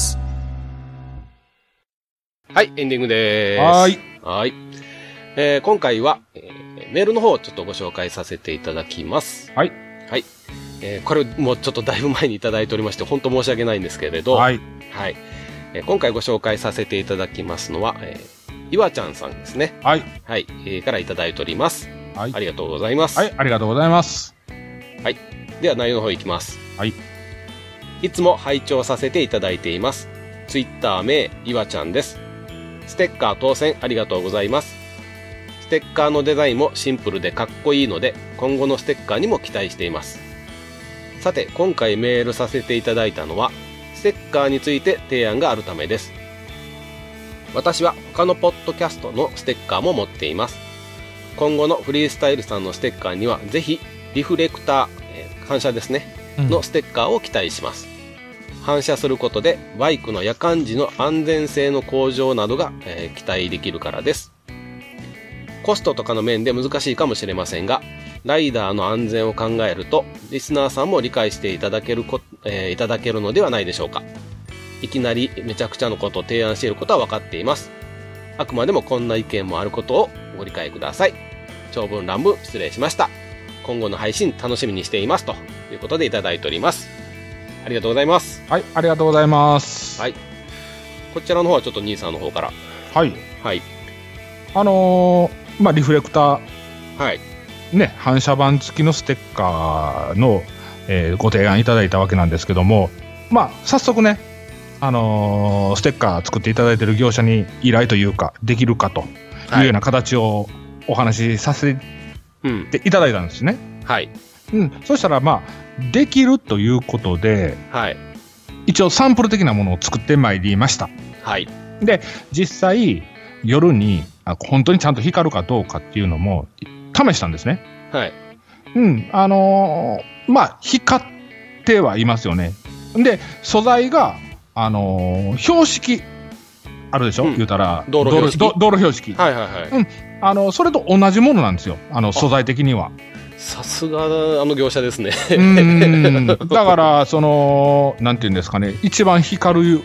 はい、エンディングでーす。 はい。 はい。えー、今回は、えー、メールの方をちょっとご紹介させていただきます。 はい。 はい。えー、これもうちょっとだいぶ前にいただいておりまして、本当申し訳ないんですけれど、 はい。 はい。えー、今回ご紹介させていただきますのは、えー、いわちゃんさんですね。 はい。 はい。えー、からいただいております。 はい。 ありがとうございます。 はい、ありがとうございます。 はい。では内容の方いきます。 はい。 いつも拝聴させていただいています。ツイッター名、いわちゃんです。ステッカー当選ありがとうございます。ステッカーのデザインもシンプルでかっこいいので、今後のステッカーにも期待しています。さて、今回メールさせていただいたのは、ステッカーについて提案があるためです。私は他のポッドキャストのステッカーも持っています。今後のフリースタイルさんのステッカーには、ぜひ、リフレクター、えー、反射ですね、うん、のステッカーを期待します。反射することで、バイクの夜間時の安全性の向上などが、えー、期待できるからです。コストとかの面で難しいかもしれませんが、ライダーの安全を考えると、リスナーさんも理解していただけるこ、えー、いただけるのではないでしょうか。いきなりめちゃくちゃのことを提案していることは分かっています。あくまでもこんな意見もあることをご理解ください。長文乱文失礼しました。今後の配信楽しみにしていますということでいただいております。ありがとうございます。 はい、ありがとうございます。 はい。こちらの方はちょっと兄さんの方から。 はい。 はい。 あのー、まあ、リフレクター。 はい。 ね、反射板付きのステッカーの、えー、ご提案いただいたわけなんですけども、まあ、早速ね、あのー、ステッカー作っていただいている業者に依頼というか、できるかというような形をお話しさせていただいたんですね。 うん、はい。 うん。そしたら、まあ、できるということで、 はい。 一応サンプル的なものを作ってまいりました。 はい。 で、実際、夜に、あ、本当にちゃんと光るかどうかっていうのも、試したんですね。 はい。 うん。あのー、まあ、光ってはいますよね。で、素材が、あのー、標識、あるでしょ、うん、言うたら。 道路標識。 道路標識。 はいはいはい。 うん。あの、それと同じものなんですよ。あの、素材的には。 さすが、あの業者ですね。 うん。だから、その、なんていうんですかね、一番光る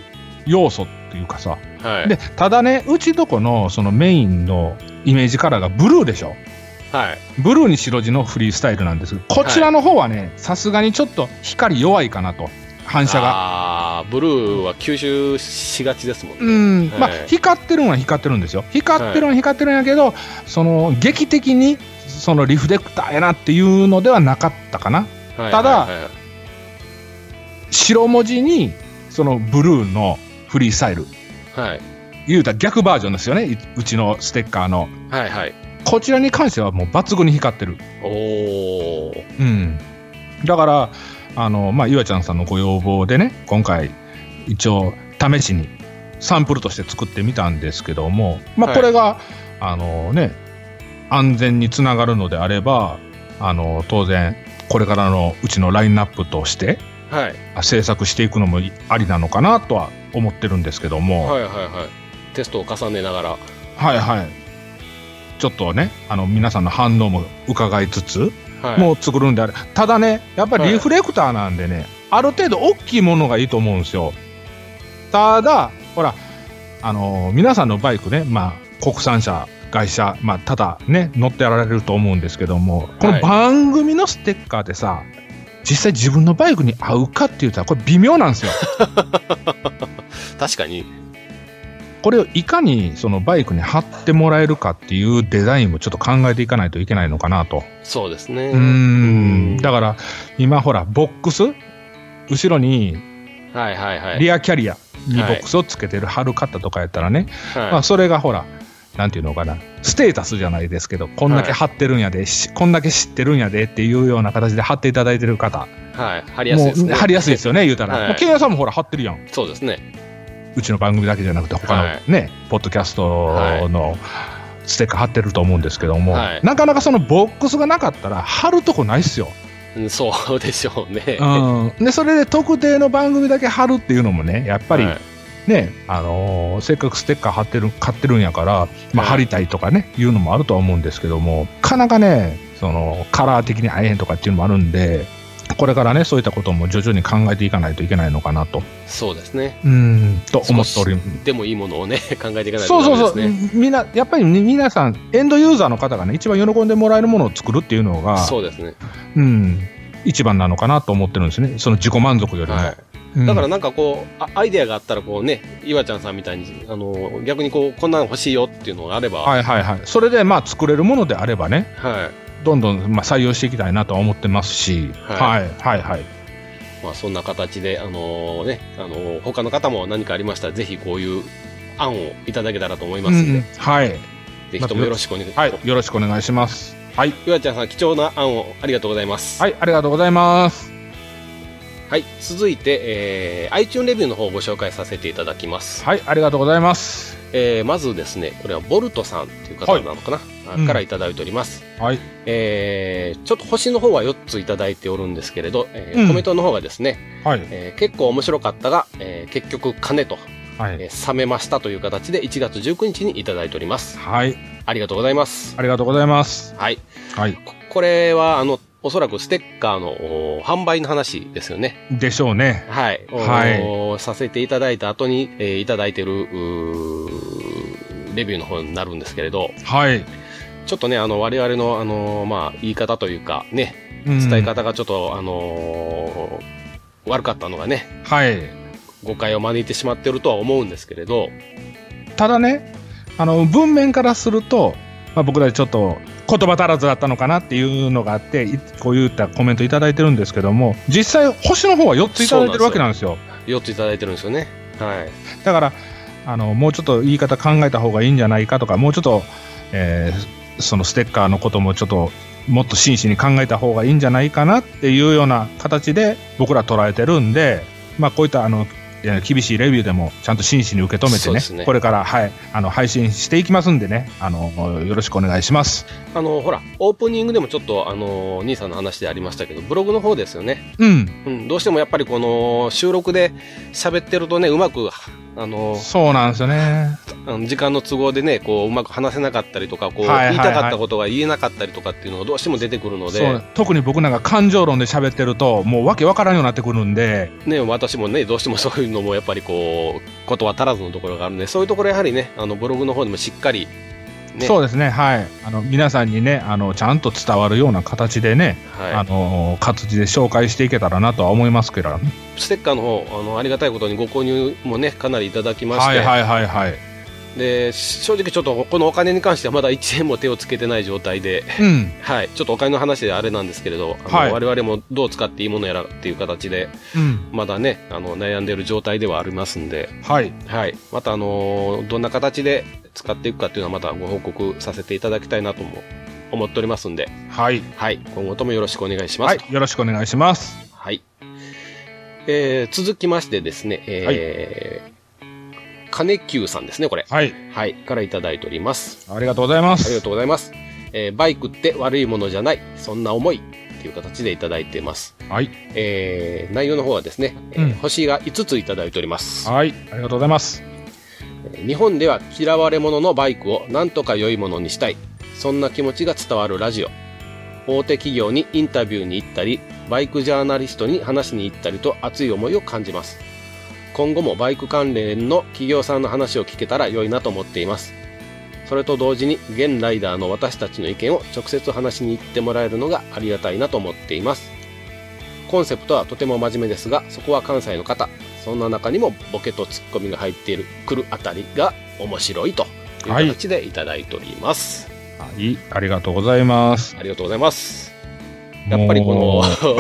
要素っていうかさ、 はい、 でただね、うちとこのそのメインのイメージカラーがブルーでしょ。 はい、 ブルーに白地のフリースタイルなんですけど、こちらの方はね、さすがにちょっと光弱いかなと、反射が。 ああ、ブルーは吸収しがちですもんね。 うん、 はい、 まあ光ってるのは光ってるんですよ。光ってるのは光ってるんやけど、はい、その劇的にそのリフレクターやなっていうのではなかったかな。はい、ただ、はいはいはい、白文字にそのブルーのフリースタイル、はい、言うたら逆バージョンですよね、うちのステッカーの。はいはい。こちらに関してはもう抜群に光ってる。おー。うん。だから、あの、まあ、ゆあちゃんさんのご要望でね、今回、一応、試しにサンプルとして作ってみたんですけども、まあ、これが、はい、あのね、安全につながるのであれば、あの、当然、これからのうちのラインナップとして、はい、制作していくのもありなのかなとは思ってるんですけども。はいはいはい。 テストを重ねながら。 はいはい。ちょっとね、あの皆さんの反応も伺いつつ、はい、もう作るんであれ、ただね、やっぱりリフレクターなんでね、はい、ある程度大きいものがいいと思うんですよ。ただ、ほら、あのー、皆さんのバイクね、まあ、国産車、外車、まあ、ただね、乗ってやられると思うんですけども、この番組のステッカーでさ、実際自分のバイクに合うかって言ったら、これ微妙なんですよ。 確かに。 これをいかにそのバイクに貼ってもらえるかっていうデザインもちょっと考えていかないといけないのかなと。 そうですね。 うーん。だから今ほらボックス後ろにはいはいはいリアキャリアにボックスをつけてる貼る方とかやったらね、はい、まあそれがほらなんていうのかなステータスじゃないですけど、こんだけ貼ってるんやで、はい、こんだけ知ってるんやでっていうような形で貼っていただいてる方、 はい、貼りやすいですね。 貼りやすいですよね言うたら。はい、ケンヤさんもほら貼ってるやん。 そうですね。 うちの番組だけじゃなくて他のね、はい、ポッドキャストのステッカー貼ってると思うんですけども、はい、なかなかそのボックスがなかったら貼るとこないっすよ。 そうでしょうね。 うん、でそれで特定の番組だけ貼るっていうのもね、やっぱり、はい、ね、あのー、せっかくステッカー貼ってる買ってるんやから、まあ、貼りたいとかね、はい、いうのもあるとは思うんですけども、なかなかねそのカラー的に合えへんとかっていうのもあるんで、これからねそういったことも徐々に考えていかないといけないのかなと。 そうですね。 うんと思っております。 でもいいものをね考えていかないといけないですね。そうそうそう。 みんなやっぱり皆さんエンドユーザーの方がね一番喜んでもらえるものを作るっていうのが、 そうですね。 うん、一番なのかなと思ってるんですね。その自己満足よりも。はい、 うん、だからなんかこうアイデアがあったらこうね、岩ちゃんさんみたいにあの逆にこうこんなの欲しいよっていうのがあれば、 はいはいはい。それでまあ作れるものであればね。 はい。 どんどんまあ採用していきたいなとは思ってますし、はい、はい、はいはい。 まあそんな形であのー、ね、あのー、他の方も何かありましたらぜひこういう案をいただけたらと思いますので、うん、 はい。 ぜひともよろしくお願いします。 はい、よろしくお願いします。はい。 岩ちゃんさん貴重な案をありがとうございます。 はい、ありがとうございます。 はい、続いて、えー、iTunes レビューの方をご紹介させていただきます。 はい、ありがとうございます。 えー、まずですね、これはボルトさんという方なのかな、はい、からいただいております。 うん、はい。 えー、ちょっと星の方はよっついただいておるんですけれど、えーうん、コメントの方がですね、はい、えー、結構面白かったが、えー、結局金と、はい、えー、冷めましたという形でいちがつじゅうくにちにいただいております。 はい。 ありがとうございます。 ありがとうございます。 はい。 はい。 こ、これは、あの、おそらくステッカーの販売の話ですよね。 でしょうね。 はい。はい。させていただいた後に、えー、いただいてる、レビューの方になるんですけれど。 はい。 ちょっとね、あの、我々の、あの、まあ、言い方というか、ね、伝え方がちょっと、うん、あのー、悪かったのがね。 はい。 誤解を招いてしまってるとは思うんですけれど。 ただね、あの、文面からすると、まあ、僕らちょっと、言葉足らずだったのかなっていうのがあってこういったコメントいただいてるんですけども、実際星の方はよっついただいてるわけなんですよ。 よっついただいてるんですよね。はい。 だからあのもうちょっと言い方考えた方がいいんじゃないかとか、もうちょっと、えー、そのステッカーのこともちょっともっと真摯に考えた方がいいんじゃないかなっていうような形で僕ら捉えてるんで、まあこういったあの厳しいレビューでもちゃんと真摯に受け止めて ね, ねこれから、はい、あの配信していきますんでね、あのよろしくお願いします。 あのほらオープニングでもちょっとあの兄さんの話でありましたけど、ブログの方ですよね、 うんうん、どうしてもやっぱりこの収録で喋ってるとねうまくあの、 そうなんですよね。 あの時間の都合でね、こう、うまく話せなかったりとか、こう、 はいはいはい、 言いたかったことが言えなかったりとかっていうのがどうしても出てくるので。 そう、特に僕なんか感情論で喋ってると、もうわけわからんようになってくるんで。 ね、私もね、どうしてもそういうのもやっぱりこう、ことは足らずのところがあるんで、そういうところやはりね、あの、ブログの方でもしっかり、ね、 そうですね、はい。あの、皆さんにね、あの、ちゃんと伝わるような形でね、はい、あの、活字で紹介していけたらなとは思いますけどね。 ステッカーの方、あの、ありがたいことにご購入もね、かなりいただきまして。 はいはいはいはい。 で、正直ちょっとこのお金に関してはまだいちえんも手をつけてない状態で、 うん、 はい、ちょっとお金の話であれなんですけれど、あの、はい、我々もどう使っていいものやらっていう形で、うん、まだね、あの、悩んでいる状態ではありますんで、 はい。 はい。またあのー、どんな形で使っていくかっていうのはまたご報告させていただきたいなとも思っておりますんで、 はい。 はい。今後ともよろしくお願いします。 はい。よろしくお願いします。 はい。えー、続きましてですね、えー、はい、金久さんですね、これ。 はい。 はい。からいただいております。 ありがとうございます。 ありがとうございます。えー、バイクって悪いものじゃない、そんな思いっていう形でいただいてます。 はい。 えー、内容の方はですね、うん、えー、星がいつついただいております。 はい。ありがとうございます。 日本では嫌われ者のバイクをなんとか良いものにしたい。そんな気持ちが伝わるラジオ。大手企業にインタビューに行ったり、バイクジャーナリストに話しに行ったりと熱い思いを感じます。今後もバイク関連の企業さんの話を聞けたら良いなと思っています。それと同時に現ライダーの私たちの意見を直接話しに行ってもらえるのがありがたいなと思っています。コンセプトはとても真面目ですが、そこは関西の方。そんな中にもボケとツッコミが入っているくるあたりが面白いという形でいただいております。 はい、はい、ありがとうございます。 ありがとうございます。やっぱりこの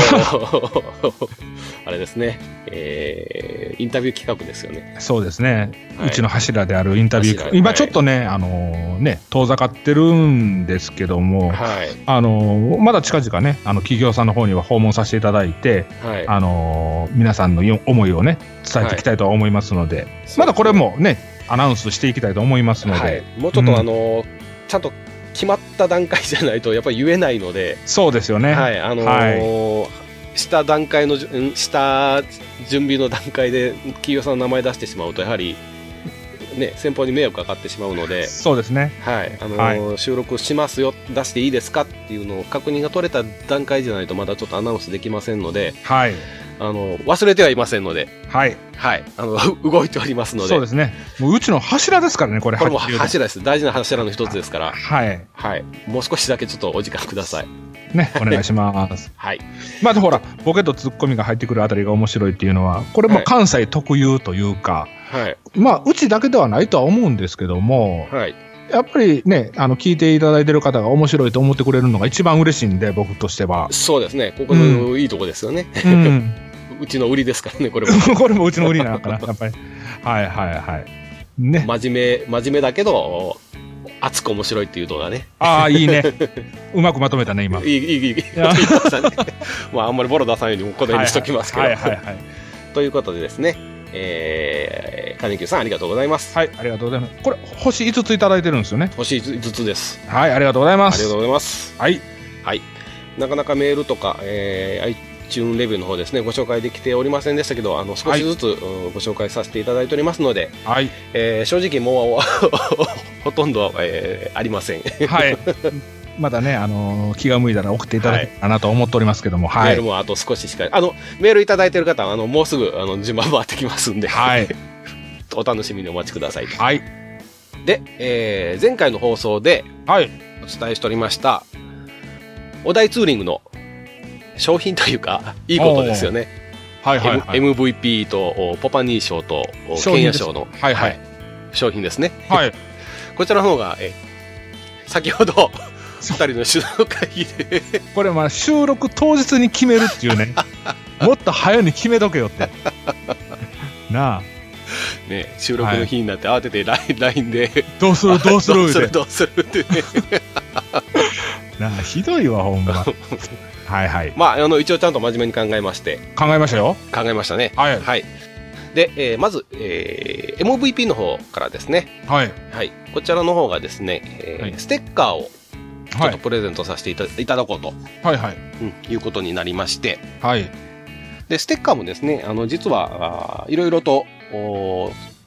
あれですね、えー、インタビュー企画ですよね。 そうですね、はい、うちの柱であるインタビュー企画、今ちょっとね、はい、あのー、ね遠ざかってるんですけども、はい、あのー、まだ近々ね、あの企業さんの方には訪問させていただいて、はい、あのー、皆さんの思いをね伝えていきたいと思いますので、はい、まだこれもねアナウンスしていきたいと思いますので、はい、 もうちょっとあのーうん、ちゃんと決まった段階じゃないとやっぱり言えないので。 そうですよね。 はい、あのーはい、した段階のした準備の段階で企業さんの名前出してしまうとやはりね先方に迷惑かかってしまうので。 そうですね。 はい、あのーはい、収録しますよ、出していいですかっていうのを確認が取れた段階じゃないとまだちょっとアナウンスできませんので。 はい。 あの忘れてはいませんので、 はい、 はい、あの動いておりますので。 そうですね。もううちの柱ですからね、これ。 これも柱です。大事な柱の一つですから。 はい、 はい、もう少しだけちょっとお時間ください。 ね、お願いします。 はい。 まずほら、ボケとツッコミが入ってくるあたりが面白いっていうのは、これも関西特有というか、はい、まあうちだけではないとは思うんですけども。はい。やっぱりね、あの聞いていただいてる方が面白いと思ってくれるのが一番嬉しいんで、僕としては。 そうですね。ここのいいとこですよね。うんうんうちの売りですからね、これも。 これもうちの売りなのかな、やっぱり。はいはいはい。 ね。真面目、真面目だけど、熱く面白いっていう動画ね。 ああ、いいね。うまくまとめたね、今。 いい、いい、いい。まあ、あんまりボロ出さんようにこの辺にしときますけど。はいはいはい。ということでですね、えー、金久さんありがとうございます。 はい、ありがとうございます。これ、星いつついただいてるんですよね。 星いつつです。 はい、ありがとうございます。 ありがとうございます。 はい。 はい。なかなかメールとか、えー、チューンレビューの方ですねご紹介できておりませんでしたけど、あの少しずつ、はい、ご紹介させていただいておりますので、はいえー、正直もうほとんど、えー、ありません。はい。 まだね、あのー、気が向いたら送っていただけたらなと思っておりますけども、はい、 メールもあと少ししかあのメールいただいている方はあのもうすぐあの順番回ってきますんで、はい、お楽しみにお待ちください。はい。で、えー、前回の放送で、はい、お伝えしておりましたお題ツーリングの商品というかいいことですよね。はいはいはい、M、エムブイピー とポパニー賞とケンヤ賞の、はいはい、商品ですね。はい、こちらの方がえ先ほどふたりの収録会議でこれまあ収録当日に決めるっていうねもっと早に決めとけよってなあね、収録の日になって慌てて ライン, ラインでどうするどうするどうするどうするってねなあひどいわほんまはいはい。 まあ、あの、一応ちゃんと真面目に考えまして。 考えましたよ。 考えましたね。はい。はい。で、えー、まず、えー、エムブイピー の方からですね。はい。はい。こちらの方がですね、えーはい、ステッカーをちょっとプレゼントさせてい た,、はい、いただこうと。はいはい。うん、いうことになりまして。はい。で、ステッカーもですね、あの、実は、いろいろと、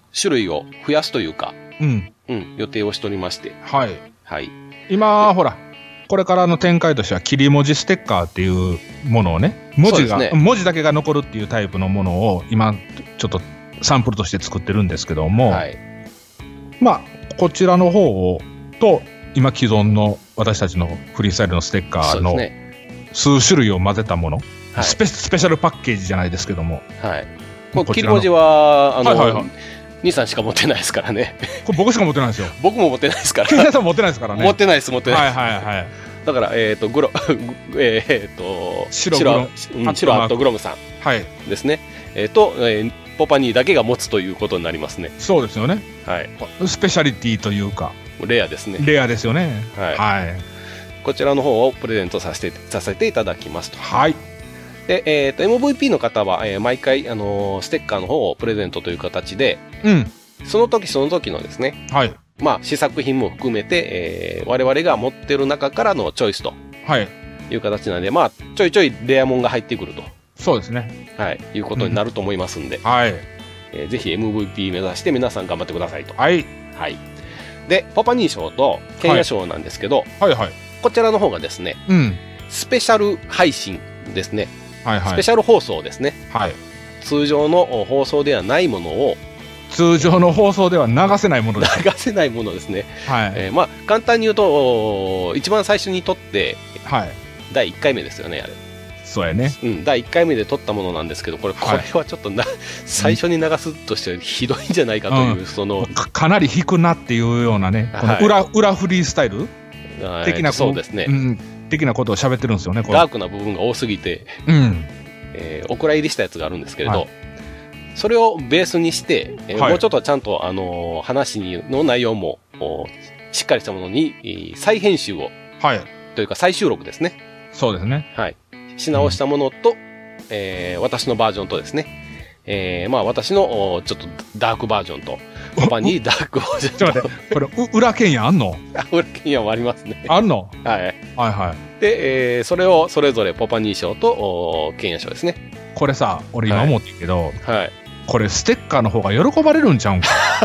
種類を増やすというか、 うん。 うん、予定をしておりまして。 はい。 はい。 今、ほら、これからの展開としては、切り文字ステッカーっていうものをね、文字が、ね、文字だけが残るっていうタイプのものを、今、ちょっとサンプルとして作ってるんですけども、はい。まあ、こちらの方を、と、今既存の私たちのフリースタイルのステッカーの数種類を混ぜたもの、はい、スペ、スペシャルパッケージじゃないですけども、 はい。この切り文字は、あの、はいはいはい、兄さんしか持ってないですからね。 これ僕しか持ってないですよ。 僕も持ってないですから。 皆さん持ってないですからね。 持ってないです、持ってないです。 はいはいはい。 だから、えっ、ー、と、グロ、えっ、ー、と、白、白、白アットグロムさん。はい。ですね。えっ、ー、と、えー、ポパニーだけが持つということになりますね。 そうですよね。 はい。 スペシャリティというか。 レアですね。 レアですよね。 はい。はい、こちらの方をプレゼントさせて、させていただきますと。 はい。 で、えっ、ー、と、エムブイピー の方は、えー、毎回、あのー、ステッカーの方をプレゼントという形で、 うん。 その時その時のですね、 はい。 まあ、試作品も含めて、えー、我々が持ってる中からのチョイスと。 はい。 いう形なんで、まあ、ちょいちょいレアモンが入ってくると。 そうですね。 はい。いうことになると思いますんで。 うん、はい。 えー、ぜひ エムブイピー 目指して皆さん頑張ってくださいと。 はい。 はい。で、パパニー賞とケンヤ賞なんですけど、 はい、はいはい。 こちらの方がですね、 うん。 スペシャル配信ですね。 はいはい。 スペシャル放送ですね。 はい。 通常の放送ではないものを、 通常の放送では流せないものです。 流せないものですね。 はい。 えー、まあ、簡単に言うと、一番最初に撮って、 はい。 だいいっかいめですよね、あれ。 そうやね。 うん、だいいっかいめで撮ったものなんですけど、これ、これはちょっとな、はい、最初に流すとしてはひどいんじゃないかという、うん、そのか、かなり引くなっていうようなね、この裏、はい、裏フリースタイル的な、 そうですね、 うん、的なことを喋ってるんですよね、これ。 ダークな部分が多すぎて、 うん。 えー、お蔵入りしたやつがあるんですけれど、はい、それをベースにして、えーはい、もうちょっとちゃんと、あのー、話の内容も、しっかりしたものに、再編集を、 はい。 というか再収録ですね。 そうですね。 はい。し直したものと、うん、えー、私のバージョンとですね、えー、まあ私のちょっとダークバージョンと、パパにダークバージョンと。 ちょっと待って、これ、裏剣やあんの裏剣やもありますね。 あんのはい。 はいはい。 で、えー、それをそれぞれポパニー賞と剣ヤ賞ですね。 これさ、俺今思ってんけど、 はい。はい、 これステッカーの方が喜ばれるんちゃうんか。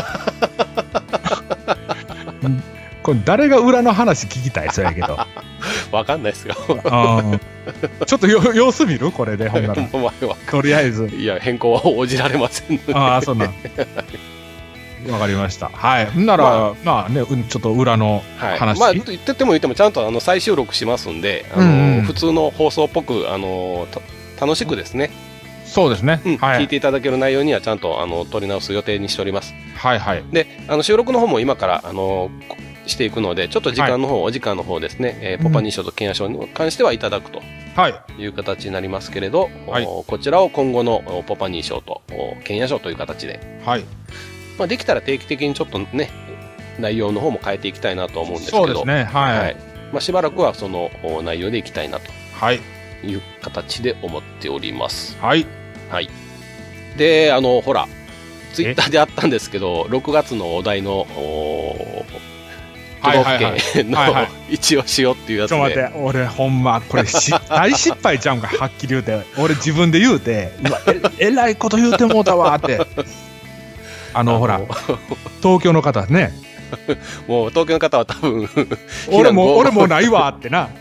これ誰が裏の話聞きたいそうやけど。 わかんないですよ。 ちょっとよ様子見るこれで、ほんなら。とりあえず。 いや、変更は応じられませんので。 ああ、そんな。わかりました。はい。なら、まあ、まあね、ちょっと裏の話。はい、 まあ、言ってても言っても、ちゃんとあの再収録しますんで、あの、うんうん、普通の放送っぽく、あの、楽しくですね。 そうですね。 うん、はい、聞いていただける内容にはちゃんとあの取り直す予定にしております。 はいはい。 で、あの収録の方も今からあのしていくので、ちょっと時間の方、はい、お時間の方ですね、えー、ポパニー賞とケンヤ賞に関してはいただくという形になりますけれど、はい、こちらを今後のポパニー賞とケンヤ賞という形で、 はい、 まあ、できたら定期的にちょっとね、内容の方も変えていきたいなと思うんですけど、 そうですね、はい、はい、 まあ、しばらくはその内容でいきたいなとはいいう形で思っております。 はい。 はい。で、あの、ほら、ツイッターであったんですけど、ろくがつのお題の、都道府県の一押しをっていうやつで。 ちょっと待って、俺ほんま、これし大失敗ちゃうんか、はっきり言うて。俺自分で言うて、うわ、え、えらいこと言うてもうたわって。あの、ほら、東京の方ね。 もう東京の方は多分、 俺も、俺もないわってな。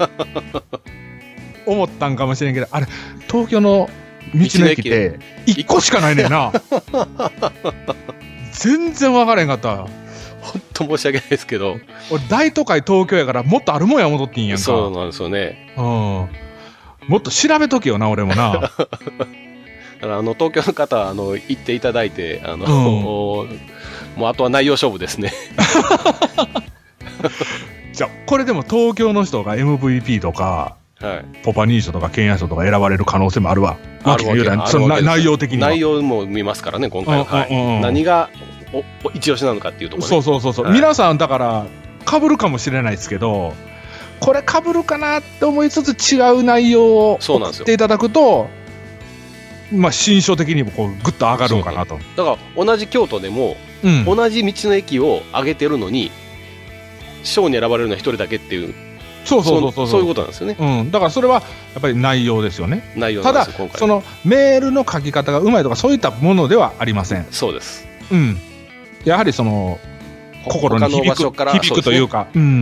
思ったんかもしれんけど、あれ、東京の道の駅っていっこしかないねんな。全然分からへんかった。 ほんと申し訳ないですけど。 俺、大都会東京やからもっとあるもんや思っとってんやんか。 そうなんですよね。 うん。もっと調べとけよな、俺もな。だからあの東京の方はあの行っていただいて、あの、うん、もうあとは内容勝負ですね。 じゃあ、これでも東京の人が エムブイピー とか、はい、ポパニー賞とかケンヤ賞とか選ばれる可能性もあるわ。 あるわけあるわけその内容的には。 内容も見ますからね、今回は。はい、何がお一押しなのかっていうところ、 ね、そうそうそうそう、はい、皆さんだから被るかもしれないですけど、これ被るかなって思いつつ違う内容を送っていただくと、まあ心象的にもこうグッと上がるのかなと。 だから同じ京都でも、うん、同じ道の駅を上げてるのに賞に選ばれるのは一人だけっていう。 そうそうそうそうそういうことなんですよね。 うん、だからそれはやっぱり内容ですよね。 内容なんですよ。 ただそのメールの書き方がうまいとかそういったものではありません。 そうです。 うん。やはりその、心に響く、響くというか、う、ね、うん。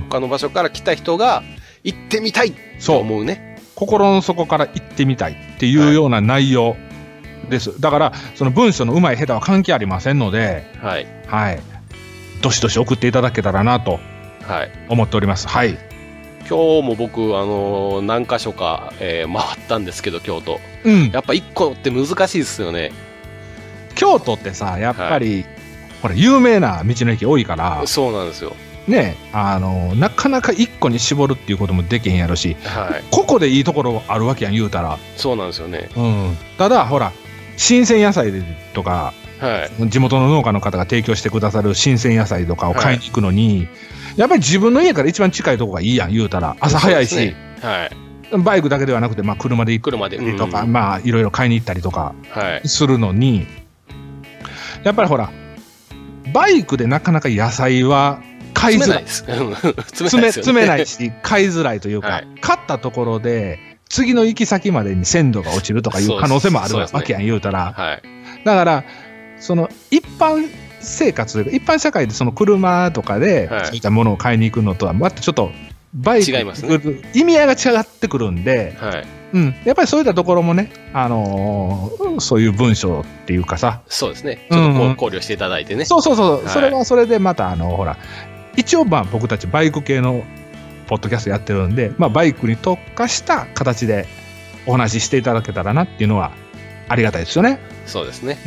他の場所から来た人が行ってみたいと思うね。 心の底から行ってみたいっていうような内容です。はい、だから、その文章の上手い下手は関係ありませんので、 はい。 はい。どしどし送っていただけたらなと、はい。思っております。はい。 今日も僕、あのー、何箇所か、えー、回ったんですけど、京都。 うん。 やっぱ一個って難しいですよね。 京都ってさ、やっぱり、はい、ほら、有名な道の駅多いから。 そうなんですよ。 ね、あの、なかなか一個に絞るっていうこともできへんやろし、 はい。 ここでいいところあるわけやん、言うたら。 そうなんですよね。 うん。ただ、ほら、新鮮野菜とか、はい、地元の農家の方が提供してくださる新鮮野菜とかを買いに行くのに、はい、やっぱり自分の家から一番近いとこがいいやん、言うたら。朝早いし、ね、 はい。 バイクだけではなくて、まあ、車で行車で、 とか、うん、まあ、いろいろ買いに行ったりとか、するのに、はい、やっぱりほら、バイクでなかなか野菜は買いづらい。 詰めないです。詰めないですよね。 詰めないし、買いづらいというか、はい、買ったところで、次の行き先までに鮮度が落ちるとかいう可能性もあるわけやん、言うたら。 はい。 だから、その、一般生活というか、一般社会でその車とかで、そういったものを買いに行くのとは、またちょっと、バイク、 違いますね、 意味合いが違ってくるんで、 はい。 うん。やっぱりそういったところもね、あのー、そういう文章っていうかさ。 そうですね。ちょっとこう考慮していただいてね。 そうそうそう。はい、それはそれでまた、あの、ほら、一応まあ僕たちバイク系のポッドキャストやってるんで、まあバイクに特化した形でお話ししていただけたらなっていうのはありがたいですよね。 そうですね。 うん。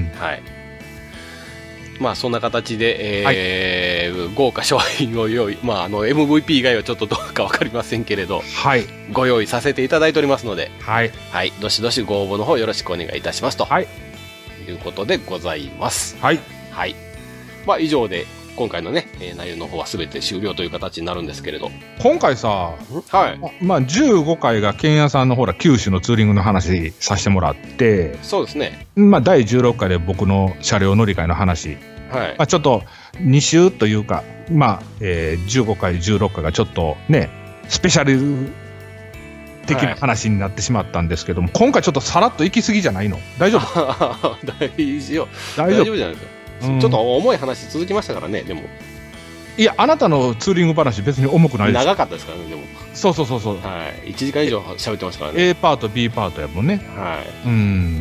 はい。まあそんな形で、えーはい、豪華商品を用意、まああの エムブイピー 以外はちょっとどうかわかりませんけれど、 はい、 ご用意させていただいておりますので、 はい、 はい、どしどしご応募の方よろしくお願いいたしますと、 はい、 いうことでございます。 はい、 はい、まあ以上で今回のね、えー、内容の方はすべて終了という形になるんですけれど、 今回さ、 はい、 まあじゅうごかいが剣屋さんのほら九州のツーリングの話させてもらって、 そうですね。 まあだいじゅうろっかいで僕の車両乗り換えの話。 はい、 まあ、ちょっとに週というか、まあえー、じゅうごかい、じゅうろっかいがちょっとね、スペシャル的な話になってしまったんですけども、はい、今回ちょっとさらっと行き過ぎじゃないの？大丈夫？ 大丈夫。大丈夫じゃないですか。うん、ちょっと重い話続きましたからね、でも。 いや、あなたのツーリング話別に重くないです。 長かったですからね、でも。 そうそうそうそう。 はい。いちじかん以上喋ってましたからね。 A パート、B パートやもんね。 はい。 うん。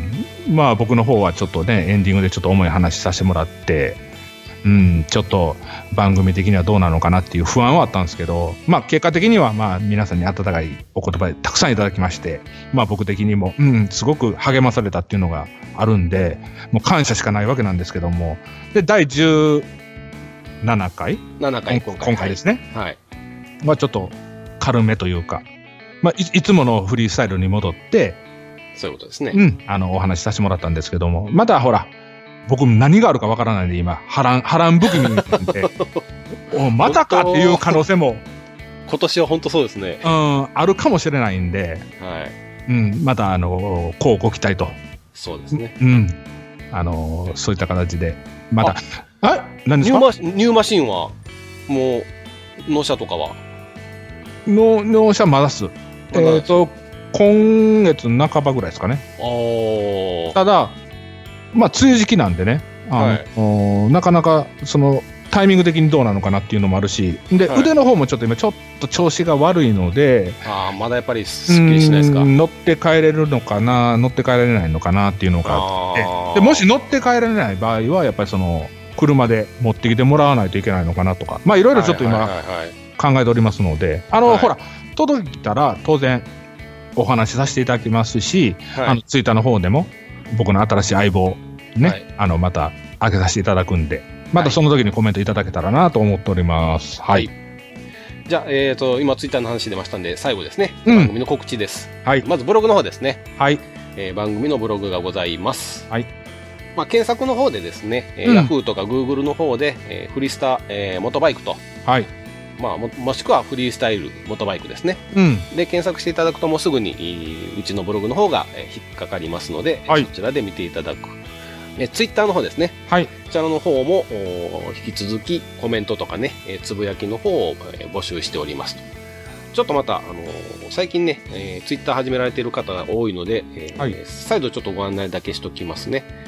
まあ僕の方はちょっとね、エンディングでちょっと重い話させてもらって、うん、ちょっと番組的にはどうなのかなっていう不安はあったんですけど、まあ結果的にはまあ皆さんに温かいお言葉でたくさんいただきまして、まあ僕的にも、うん、すごく励まされたっていうのがあるんで、もう感謝しかないわけなんですけども、で、だいじゅうななかい ?なな 回今回。今回ですね。 はい。 まあちょっと軽めというか、まあい、いつものフリースタイルに戻って、 そういうことですね。 うん、あの、お話しさせてもらったんですけども、またほら、僕何があるかわからないんで今、波乱、波乱含みになっておまたかっていう可能性も。 今年は本当そうですね。 うん、あるかもしれないんで、 はい。 うん、また、あの、こうご期待と。 そうですね。 うん。あの、そういった形で、また、あ、何ですか？ ニューマシン、ニューマシンは、もう、納車とかはの納車まだっす。えっと、今月半ばぐらいですかね。 おー。 ただ、まあ、梅雨時期なんでね、あの、はい、なかなか、その、タイミング的にどうなのかなっていうのもあるし、で、はい、腕の方もちょっと今、ちょっと調子が悪いので、 ああ、まだやっぱりすっきりしないですか？ 乗って帰れるのかな、乗って帰れないのかなっていうのがあって、で、もし乗って帰れない場合は、やっぱりその、車で持ってきてもらわないといけないのかなとか、まあ、いろいろちょっと今、考えておりますので、あの、はい、ほら、届いたら、当然、お話しさせていただきますし、はい、あの、ツイッターの方でも、僕の新しい相棒、ね、はい、あの、また、開けさせていただくんで、またその時にコメントいただけたらなと思っております。はい。はい、 じゃあ、えっと、今、ツイッターの話出ましたんで、最後ですね、うん、番組の告知です。 はい。 まず、ブログの方ですね。 はい。 えー、番組のブログがございます。 はい。 まあ、検索の方でですね、えーうん、Yahoo とか Google の方で、えー、フリースタ、えー、モトバイクと、 はい。 まあ、も、もしくはフリースタイルモトバイクですね。 うん。 で、検索していただくともうすぐに、うちのブログの方が、えー、引っかかりますので、はい、そちらで見ていただく。え、ツイッターの方ですね。 はい。 こちらの方も、引き続きコメントとかね、えー、つぶやきの方を、えー、募集しておりますと。ちょっとまた、あのー、最近ね、えー、ツイッター始められている方が多いので、えーはい、再度ちょっとご案内だけしときますね。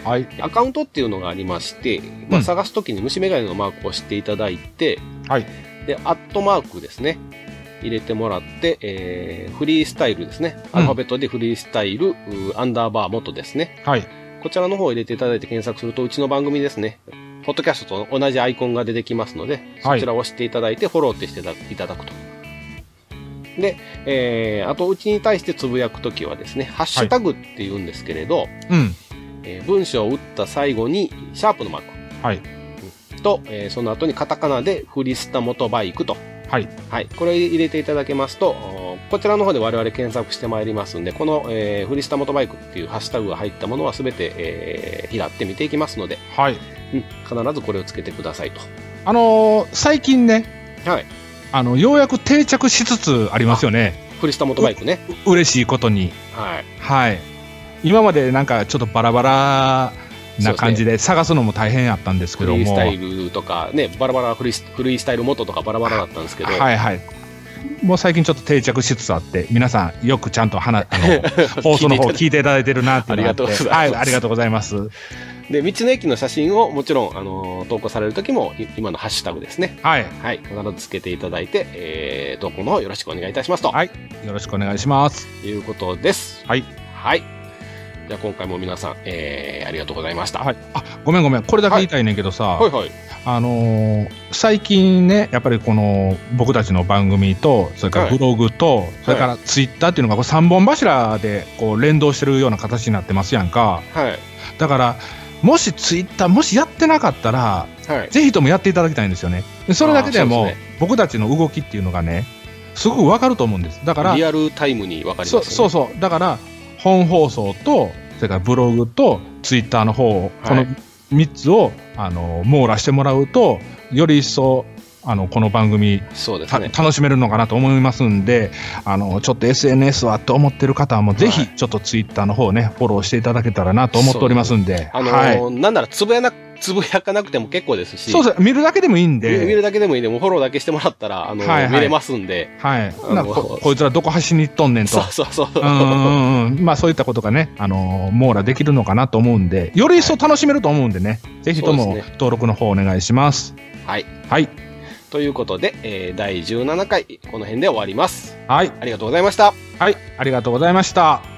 はい。 アカウントっていうのがありまして、まあ、探すときに虫眼鏡のマークを押していただいて、 はい。 で、アットマークですね。入れてもらって、えー、フリースタイルですね。アルファベットでフリースタイル、アンダーバー元ですね。 はい。 こちらの方を入れていただいて検索すると、うちの番組ですね。ポッドキャストと同じアイコンが出てきますので、そちらを押していただいて、フォローってしていただくと。で、えー、あと、うちに対してつぶやくときはですね、ハッシュタグって言うんですけれど、はい、 うん。 えー、文章を打った最後に、シャープのマーク。 はい。 と、えー、その後にカタカナでフリスタモトバイクと。 はい。 はい。これを入れていただけますと、こちらの方で我々検索してまいりますんで、この、えー、フリスタモトバイクっていうハッシュタグが入ったものはすべて、えー、拾って見ていきますので、 はい。 うん。必ずこれをつけてくださいと。 あのー、最近ね、 はい。 あの、ようやく定着しつつありますよね。 フリスタモトバイクね。 う、嬉しいことに。 はい。 はい。今までなんかちょっとバラバラな感じで探すのも大変やったんですけども、 フリースタイルとかね、バラバラフリー、フリースタイル元とかバラバラだったんですけど、 はいはい。もう最近ちょっと定着しつつあって、皆さんよくちゃんと話あの放送の方聞いていただいてるなっていうのがあって、 ありがとうございます。 はい、ありがとうございます。 で、道の駅の写真をもちろん、あのー、投稿される時も、今のハッシュタグですね。 はい。 はい。必ずつけていただいて、えー、投稿の方よろしくお願いいたしますと。 はい。よろしくお願いします。 ということです。 はい。 はい。じゃあ今回も皆さん、えー、ありがとうございました。 はい。あ、ごめんごめん。これだけ言いたいねんけどさ、 はい、はいはい。 あのー、最近ね、やっぱりこの僕たちの番組と、それからブログと、はい、それからツイッターっていうのがこうさんぼん柱でこう連動してるような形になってますやんか。 はい。 だから、もしツイッターもしやってなかったら、はい、ぜひともやっていただきたいんですよね。それだけでも、ね、僕たちの動きっていうのがね、すごくわかると思うんです。だから、 リアルタイムにわかりますよね。 そうそうそう。だから、本放送と、それからブログとツイッターの方、はい、このみっつを、あの、網羅してもらうと、より一層、あの、この番組、 そうですね、 楽しめるのかなと思いますんで、あの、ちょっと エスエヌエス はって思ってる方はもうぜひ、ちょっとツイッターの方ね、フォローしていただけたらなと思っておりますんで。 あのーはい、なんならつぶやな、つぶやかなくても結構ですし。 そうそう、見るだけでもいいんで。 見るだけでもいいんで、もうフォローだけしてもらったら、あのーはいはい、見れますんで。 はい。なんかこ、こいつらどこ走りに行っとんねんと。 そうそうそう。 うんうんうん。まあそういったことがね、あのー、網羅できるのかなと思うんで、より一層楽しめると思うんでね、はい、ぜひとも登録の方お願いします。 はい。 はい。 ということで、えー、だいじゅうななかい、この辺で終わります。 はい。 ありがとうございました。 はい。ありがとうございました。